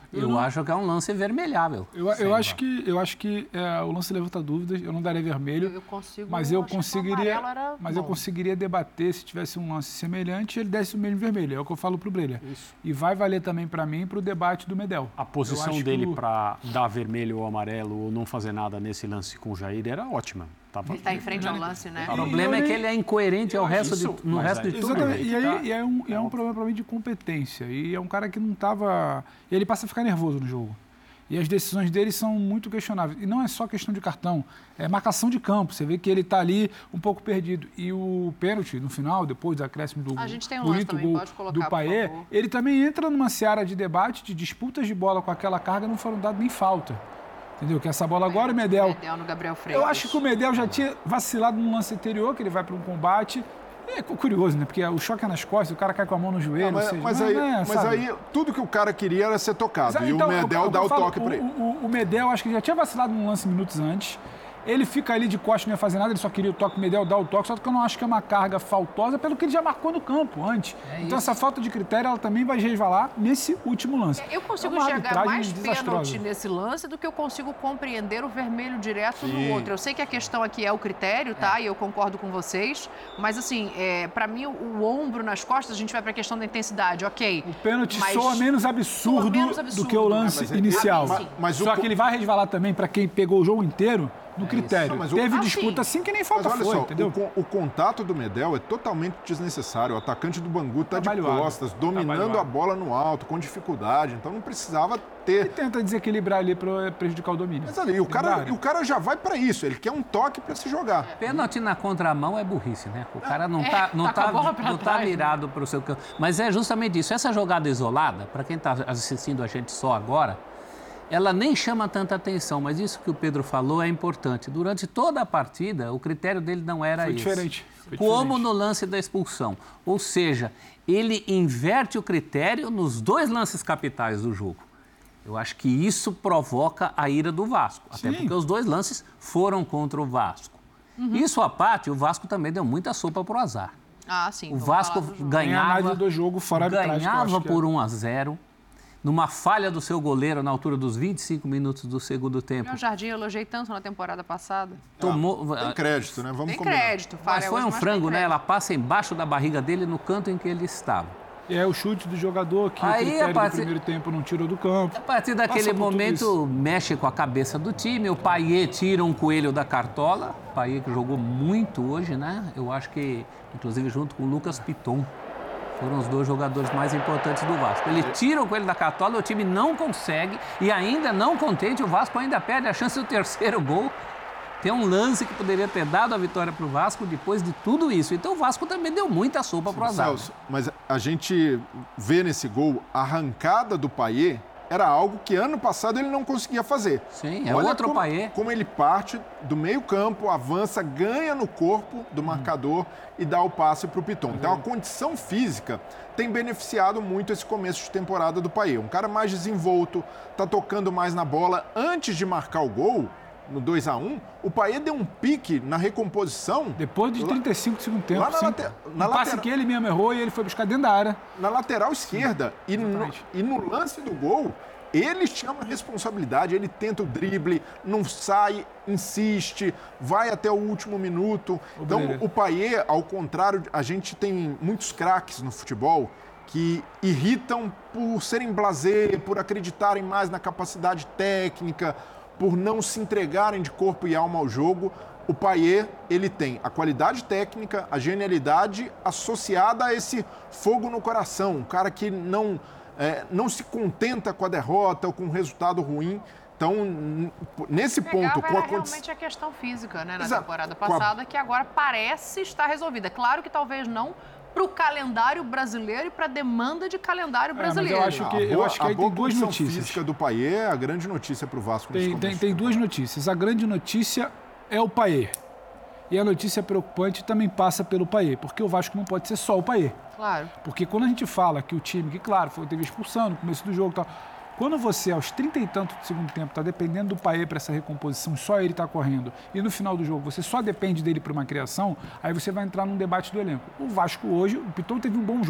Eu, eu acho que é um lance vermelhável. Eu, eu acho que, eu acho que é, o lance levanta dúvidas. Eu não daria vermelho. Eu consigo, mas eu conseguiria, era mas bom. eu conseguiria debater se tivesse um lance semelhante, ele desse o mesmo vermelho. É o que eu falo pro Breler. Isso. E vai valer também para mim para o debate do Medel. A posição dele o... para dar vermelho ou amarelo ou não fazer nada nesse lance com o Jair era ótima. Tava... Ele está em frente ao lance, né? O problema é que ele é incoerente ao resto de, no resto de tudo. Exatamente. E aí e é, um, e é um problema para mim de competência. E é um cara que não estava... Ele passa a ficar nervoso no jogo. E as decisões dele são muito questionáveis. E não é só questão de cartão, é marcação de campo. Você vê que ele está ali um pouco perdido. E o pênalti, no final, depois do acréscimo do a gente tem um bonito também, gol pode colocar, do Payet, ele também entra numa seara de debate, de disputas de bola com aquela carga, não foram dadas nem falta. Entendeu? Que essa bola agora, o Medel... Medel no Gabriel Freitas. Eu acho que o Medel já tinha vacilado no lance anterior, que ele vai para um combate... É curioso, né? Porque o choque é nas costas, o cara cai com a mão no joelho. Não, mas, seja, mas, não, aí, né, mas aí, tudo que o cara queria era ser tocado. Mas, e então, o Medel eu, dá eu o falo, toque para ele. O, o Medel, acho que já tinha vacilado num lance minutos antes. Ele fica ali de costas, não ia fazer nada, ele só queria o toque, o Medel dá o toque, só que eu não acho que é uma carga faltosa pelo que ele já marcou no campo antes. É então, isso. Essa falta de critério, ela também vai resvalar nesse último lance. Eu consigo é enxergar mais pênalti nesse lance do que eu consigo compreender o vermelho direto Sim. no outro. Eu sei que a questão aqui é o critério, tá? É. E eu concordo com vocês, mas assim, é, para mim, o, o ombro nas costas, a gente vai para a questão da intensidade, ok. O pênalti soa menos absurdo, soa menos absurdo do que o lance é, inicial. Mas, mas só o... que ele vai resvalar também para quem pegou o jogo inteiro, no é critério. Não, Teve o... disputa assim que nem falta mas olha foi, só, entendeu? O, o contato do Medel é totalmente desnecessário. O atacante do Bangu está de costas, dominando a bola no alto, com dificuldade. Então não precisava ter... Ele tenta desequilibrar ali para prejudicar o domínio. Mas ali, o cara, e o cara já vai para isso. Ele quer um toque para se jogar. Pênalti na contramão é burrice, né? O cara não está é, não tá, tá, não tá virado para o seu campo. Mas é justamente isso. Essa jogada isolada, para quem está assistindo a gente só agora, ela nem chama tanta atenção, mas isso que o Pedro falou é importante. Durante toda a partida, o critério dele não era Foi esse. Diferente. Foi Como diferente. no lance da expulsão. Ou seja, ele inverte o critério nos dois lances capitais do jogo. Eu acho que isso provoca a ira do Vasco. Até Sim. porque os dois lances foram contra o Vasco. Uhum. Isso à parte, o Vasco também deu muita sopa para o azar. Ah, sim. O Vasco ganhava, do jogo fora ganhava por um a zero. Numa falha do seu goleiro na altura dos vinte e cinco minutos do segundo tempo. O Jardim eu elogiei tanto na temporada passada. Tomou... Tem crédito, né? Vamos tem combinar. crédito. Mas foi um frango, né? Ela passa embaixo da barriga dele no canto em que ele estava. É o chute do jogador que Aí, o critério partir... do primeiro tempo não tirou do campo. A partir daquele momento, mexe com a cabeça do time. O Payet tira um coelho da cartola. O Payet que jogou muito hoje, né? Eu acho que, inclusive, junto com o Lucas Piton. Foram os dois jogadores mais importantes do Vasco. Ele tira o coelho da cartola, o time não consegue e ainda não contente, o Vasco ainda perde a chance do terceiro gol. Tem um lance que poderia ter dado a vitória para o Vasco depois de tudo isso. Então o Vasco também deu muita sopa para o azar. Celso, mas a gente vê nesse gol a arrancada do Payet era algo que ano passado ele não conseguia fazer. Sim, é Olha outro como, Payet. como ele parte do meio campo, avança, ganha no corpo do marcador hum. e dá o passe para o Piton. Uhum. Então a condição física tem beneficiado muito esse começo de temporada do Payet. Um cara mais desenvolto, tá tocando mais na bola. Antes de marcar o gol, no dois a um, o Payet deu um pique na recomposição. Depois de trinta e cinco do segundo tempo. Lá na, sim, late, na um passe lateral, que ele mesmo errou e ele foi buscar dentro da área. Na lateral esquerda. E no, e no lance do gol, ele chama a responsabilidade, ele tenta o drible, não sai, insiste, vai até o último minuto. O então, Breira. O Payet, ao contrário, a gente tem muitos craques no futebol que irritam por serem blasé, por acreditarem mais na capacidade técnica, por não se entregarem de corpo e alma ao jogo. O Payet, ele tem a qualidade técnica, a genialidade associada a esse fogo no coração. Um cara que não, é, não se contenta com a derrota ou com um resultado ruim. Então, nesse ponto... com a realmente a questão física, né, na Exato. temporada passada, a... que agora parece estar resolvida. Claro que talvez não para o calendário brasileiro e para a demanda de calendário brasileiro. É, mas eu acho que, eu acho que aí tem duas notícias. A física do Payet é a grande notícia para o Vasco. Tem, tem, tem duas notícias. A grande notícia é o Payet. E a notícia preocupante também passa pelo Payet, porque o Vasco não pode ser só o Payet. Claro. Porque quando a gente fala que o time, que claro, foi, teve expulsão no começo do jogo e tal, quando você, aos trinta e tanto do segundo tempo, está dependendo do Payet para essa recomposição, só ele está correndo, e no final do jogo você só depende dele para uma criação, aí você vai entrar num debate do elenco. O Vasco hoje, o Piton teve um bom jogo.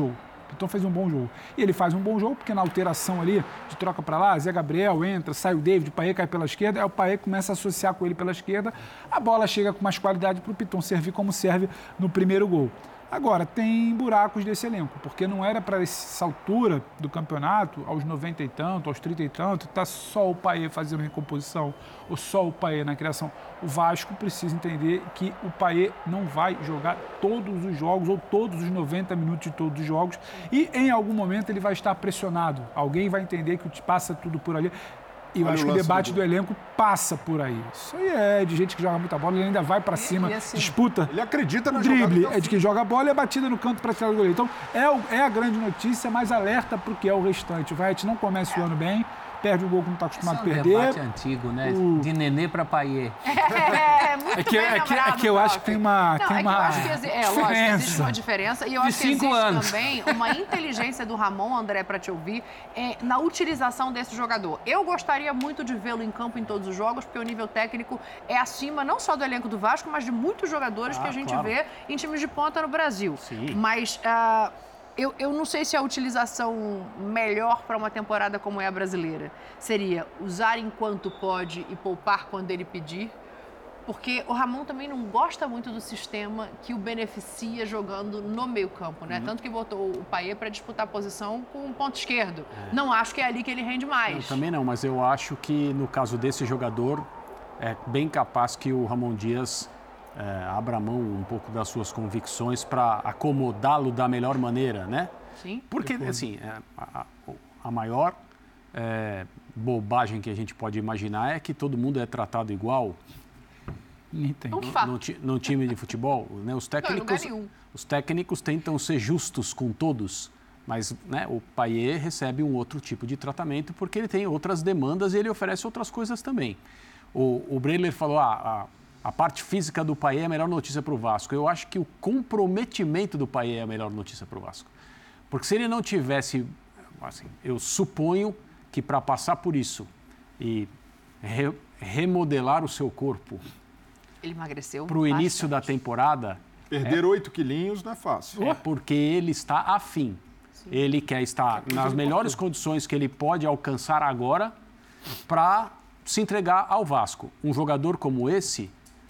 Piton fez um bom jogo. E ele faz um bom jogo porque na alteração ali, de troca para lá, Zé Gabriel entra, sai o David, o Payet cai pela esquerda, aí o Payet começa a associar com ele pela esquerda, a bola chega com mais qualidade para o Piton servir como serve no primeiro gol. Agora, tem buracos desse elenco, porque não era para essa altura do campeonato, aos noventa e tanto, aos trinta e tanto, tá só o Payet fazendo recomposição, ou só o Payet na criação. O Vasco precisa entender que o Payet não vai jogar todos os jogos, ou todos os noventa minutos de todos os jogos, e em algum momento ele vai estar pressionado. Alguém vai entender que passa tudo por ali. E eu Olha acho o que o lance debate do- do elenco passa por aí. Isso aí é de gente que joga muita bola, ele ainda vai pra cima, e assim, disputa. Ele acredita O na drible jogada é de quem joga a bola e a batida no canto para tirar do goleiro. Então, é, o- é a grande notícia, mas alerta para o que é o restante. O Verratti não começa o ano bem, perde o gol que não está acostumado a Esse é um perder. debate antigo, né? O- De Nenê para Payet. É, muito É que, bem é, que, é lembrado, que eu acho que Prof. tem uma, Não, tem é que eu uma acho que exi- é, lógico, existe diferença. uma diferença e eu De acho que cinco existe anos. também uma inteligência do Ramon, André, para te ouvir, é, na utilização desse jogador. Eu gostaria muito de vê-lo em campo em todos os jogos, porque o nível técnico é acima não só do elenco do Vasco, mas de muitos jogadores Ah, que a gente claro. vê em times de ponta no Brasil. Sim. Mas ah, eu, eu não sei se a utilização melhor para uma temporada como é a brasileira seria usar enquanto pode e poupar quando ele pedir. Porque o Ramon também não gosta muito do sistema que o beneficia jogando no meio-campo, né? Uhum. Tanto que botou o Payet para disputar a posição com o ponto esquerdo. Não acho que é ali que ele rende mais. Não, também não, mas eu acho que no caso desse jogador, é bem capaz que o Ramon Dias é, abra mão um pouco das suas convicções para acomodá-lo da melhor maneira, né? Sim. Porque, assim, é, a, a- a maior é, bobagem que a gente pode imaginar é que todo mundo é tratado igual Entendo. Um fato. no, ti- no time de futebol, né? Os Não, em lugar técnicos, nenhum. os técnicos tentam ser justos com todos, mas né, o Payet recebe um outro tipo de tratamento porque ele tem outras demandas e ele oferece outras coisas também. O, o Breler falou, ah, a, a parte física do Payet é a melhor notícia para o Vasco. Eu acho que o comprometimento do Payet é a melhor notícia para o Vasco. Porque se ele não tivesse, assim, eu suponho que para passar por isso e re- remodelar o seu corpo Ele emagreceu para o início da bastante. temporada, Perder oito quilinhos não é fácil. é porque ele está afim. Ele quer estar nas melhores condições que ele pode alcançar agora para se entregar ao Vasco. Um jogador como esse,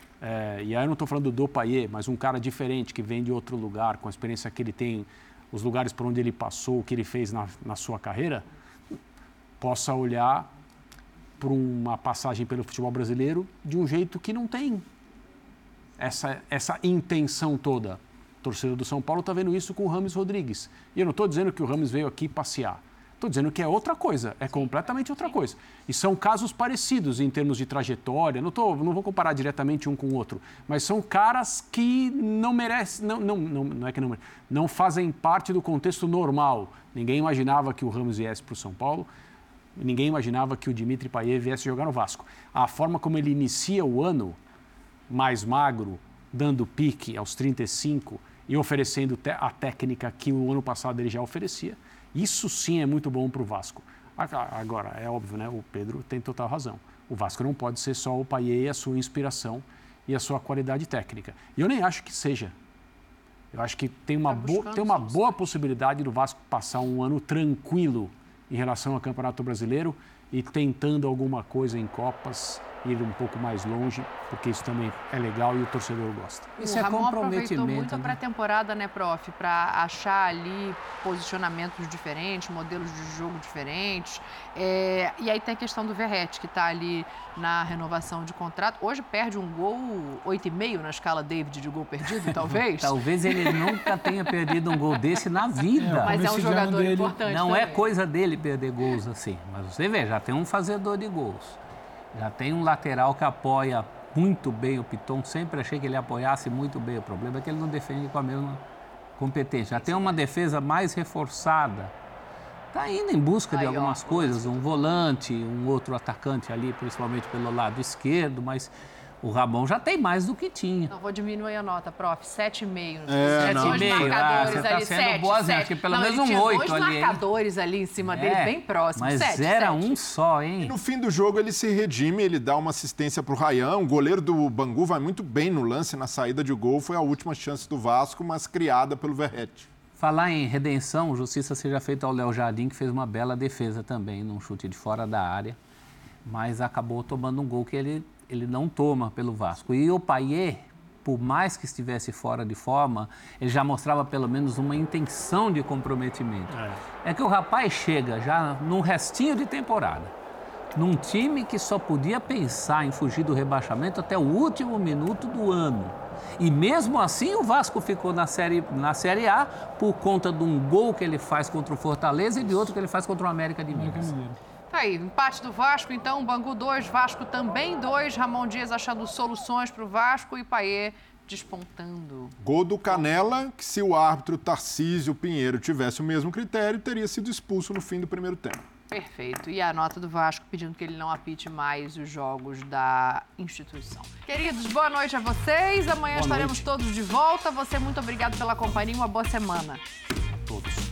é, e aí eu não estou falando do Payet, mas um cara diferente que vem de outro lugar, com a experiência que ele tem, os lugares por onde ele passou, o que ele fez na, na sua carreira, possa olhar para uma passagem pelo futebol brasileiro de um jeito que não tem essa, essa intenção toda. O torcedor do São Paulo está vendo isso com o Rames Rodrigues. E eu não estou dizendo que o Rames veio aqui passear. Estou dizendo que é outra coisa, é completamente outra coisa. E são casos parecidos em termos de trajetória. Não, tô, não vou comparar diretamente um com o outro, mas são caras que não merecem, não, não, não, não é que não, não fazem parte do contexto normal. Ninguém imaginava que o Rames viesse para o São Paulo. Ninguém imaginava que o Dimitri Payet viesse jogar no Vasco. A forma como ele inicia o ano, mais magro, dando pique aos trinta e cinco e oferecendo te- a técnica que o ano passado ele já oferecia, isso sim é muito bom para o Vasco. A- Agora, é óbvio, né? O Pedro tem total razão. O Vasco não pode ser só o Payet e a sua inspiração e a sua qualidade técnica. E eu nem acho que seja. Eu acho que tem uma, Tá bo- buscando tem uma soluções. boa possibilidade do Vasco passar um ano tranquilo em relação ao Campeonato Brasileiro e tentando alguma coisa em Copas, ir um pouco mais longe, porque isso também é legal e o torcedor gosta. Isso o é Ramon aproveitou comprometimento, muito a né? pré-temporada, né, prof? Para achar ali posicionamentos diferentes, modelos de jogo diferentes. É, e aí tem a questão do Verratti, que está ali na renovação de contrato. Hoje perde um gol oito e meio na escala David de gol perdido, talvez. Talvez ele nunca tenha perdido um gol desse na vida. Mas é um Começo de ano jogador dele importante Não é também. coisa dele perder gols assim. Mas você vê, já tem um fazedor de gols. Já tem um lateral que apoia muito bem o Piton. Sempre achei que ele apoiasse muito bem. O problema é que ele não defende com a mesma competência. Já tem uma defesa mais reforçada. Está indo em busca de Aí, ó, algumas coisas. Um volante, um outro atacante ali, principalmente pelo lado esquerdo. Mas o Ramon já tem mais do que tinha. Não, vou diminuir a nota, prof. sete e meio. É, não. Dois sete e meio, marcadores ah, você tá ali, sendo sete, boazinha, sete. acho que pelo Não, menos ele um tinha oito dois ali, hein? marcadores ali em cima dele, É, bem próximo. Mas sete, era sete. um só, hein? E no fim do jogo ele se redime, ele dá uma assistência para o Ryan. O goleiro do Bangu vai muito bem no lance, na saída de gol. Foi a última chance do Vasco, mas criada pelo Verratti. Falar em redenção, justiça seja feita ao Léo Jardim, que fez uma bela defesa também, num chute de fora da área, mas acabou tomando um gol que ele, ele não toma pelo Vasco. E o Payet, por mais que estivesse fora de forma, ele já mostrava pelo menos uma intenção de comprometimento. É, é que o rapaz chega já num restinho de temporada, num time que só podia pensar em fugir do rebaixamento até o último minuto do ano. E mesmo assim o Vasco ficou na série, na série A por conta de um gol que ele faz contra o Fortaleza e de outro que ele faz contra o América de Minas. Tá aí, empate do Vasco, então, Bangu dois, Vasco também dois, Ramon Dias achando soluções para o Vasco e Payet despontando. Gol do Canela, que se o árbitro Tarcísio Pinheiro tivesse o mesmo critério, teria sido expulso no fim do primeiro tempo. Perfeito. E a nota do Vasco pedindo que ele não apite mais os jogos da instituição. Queridos, boa noite a vocês. Amanhã boa estaremos noite. todos de volta. Você, muito obrigado pela companhia. Uma boa semana. Todos.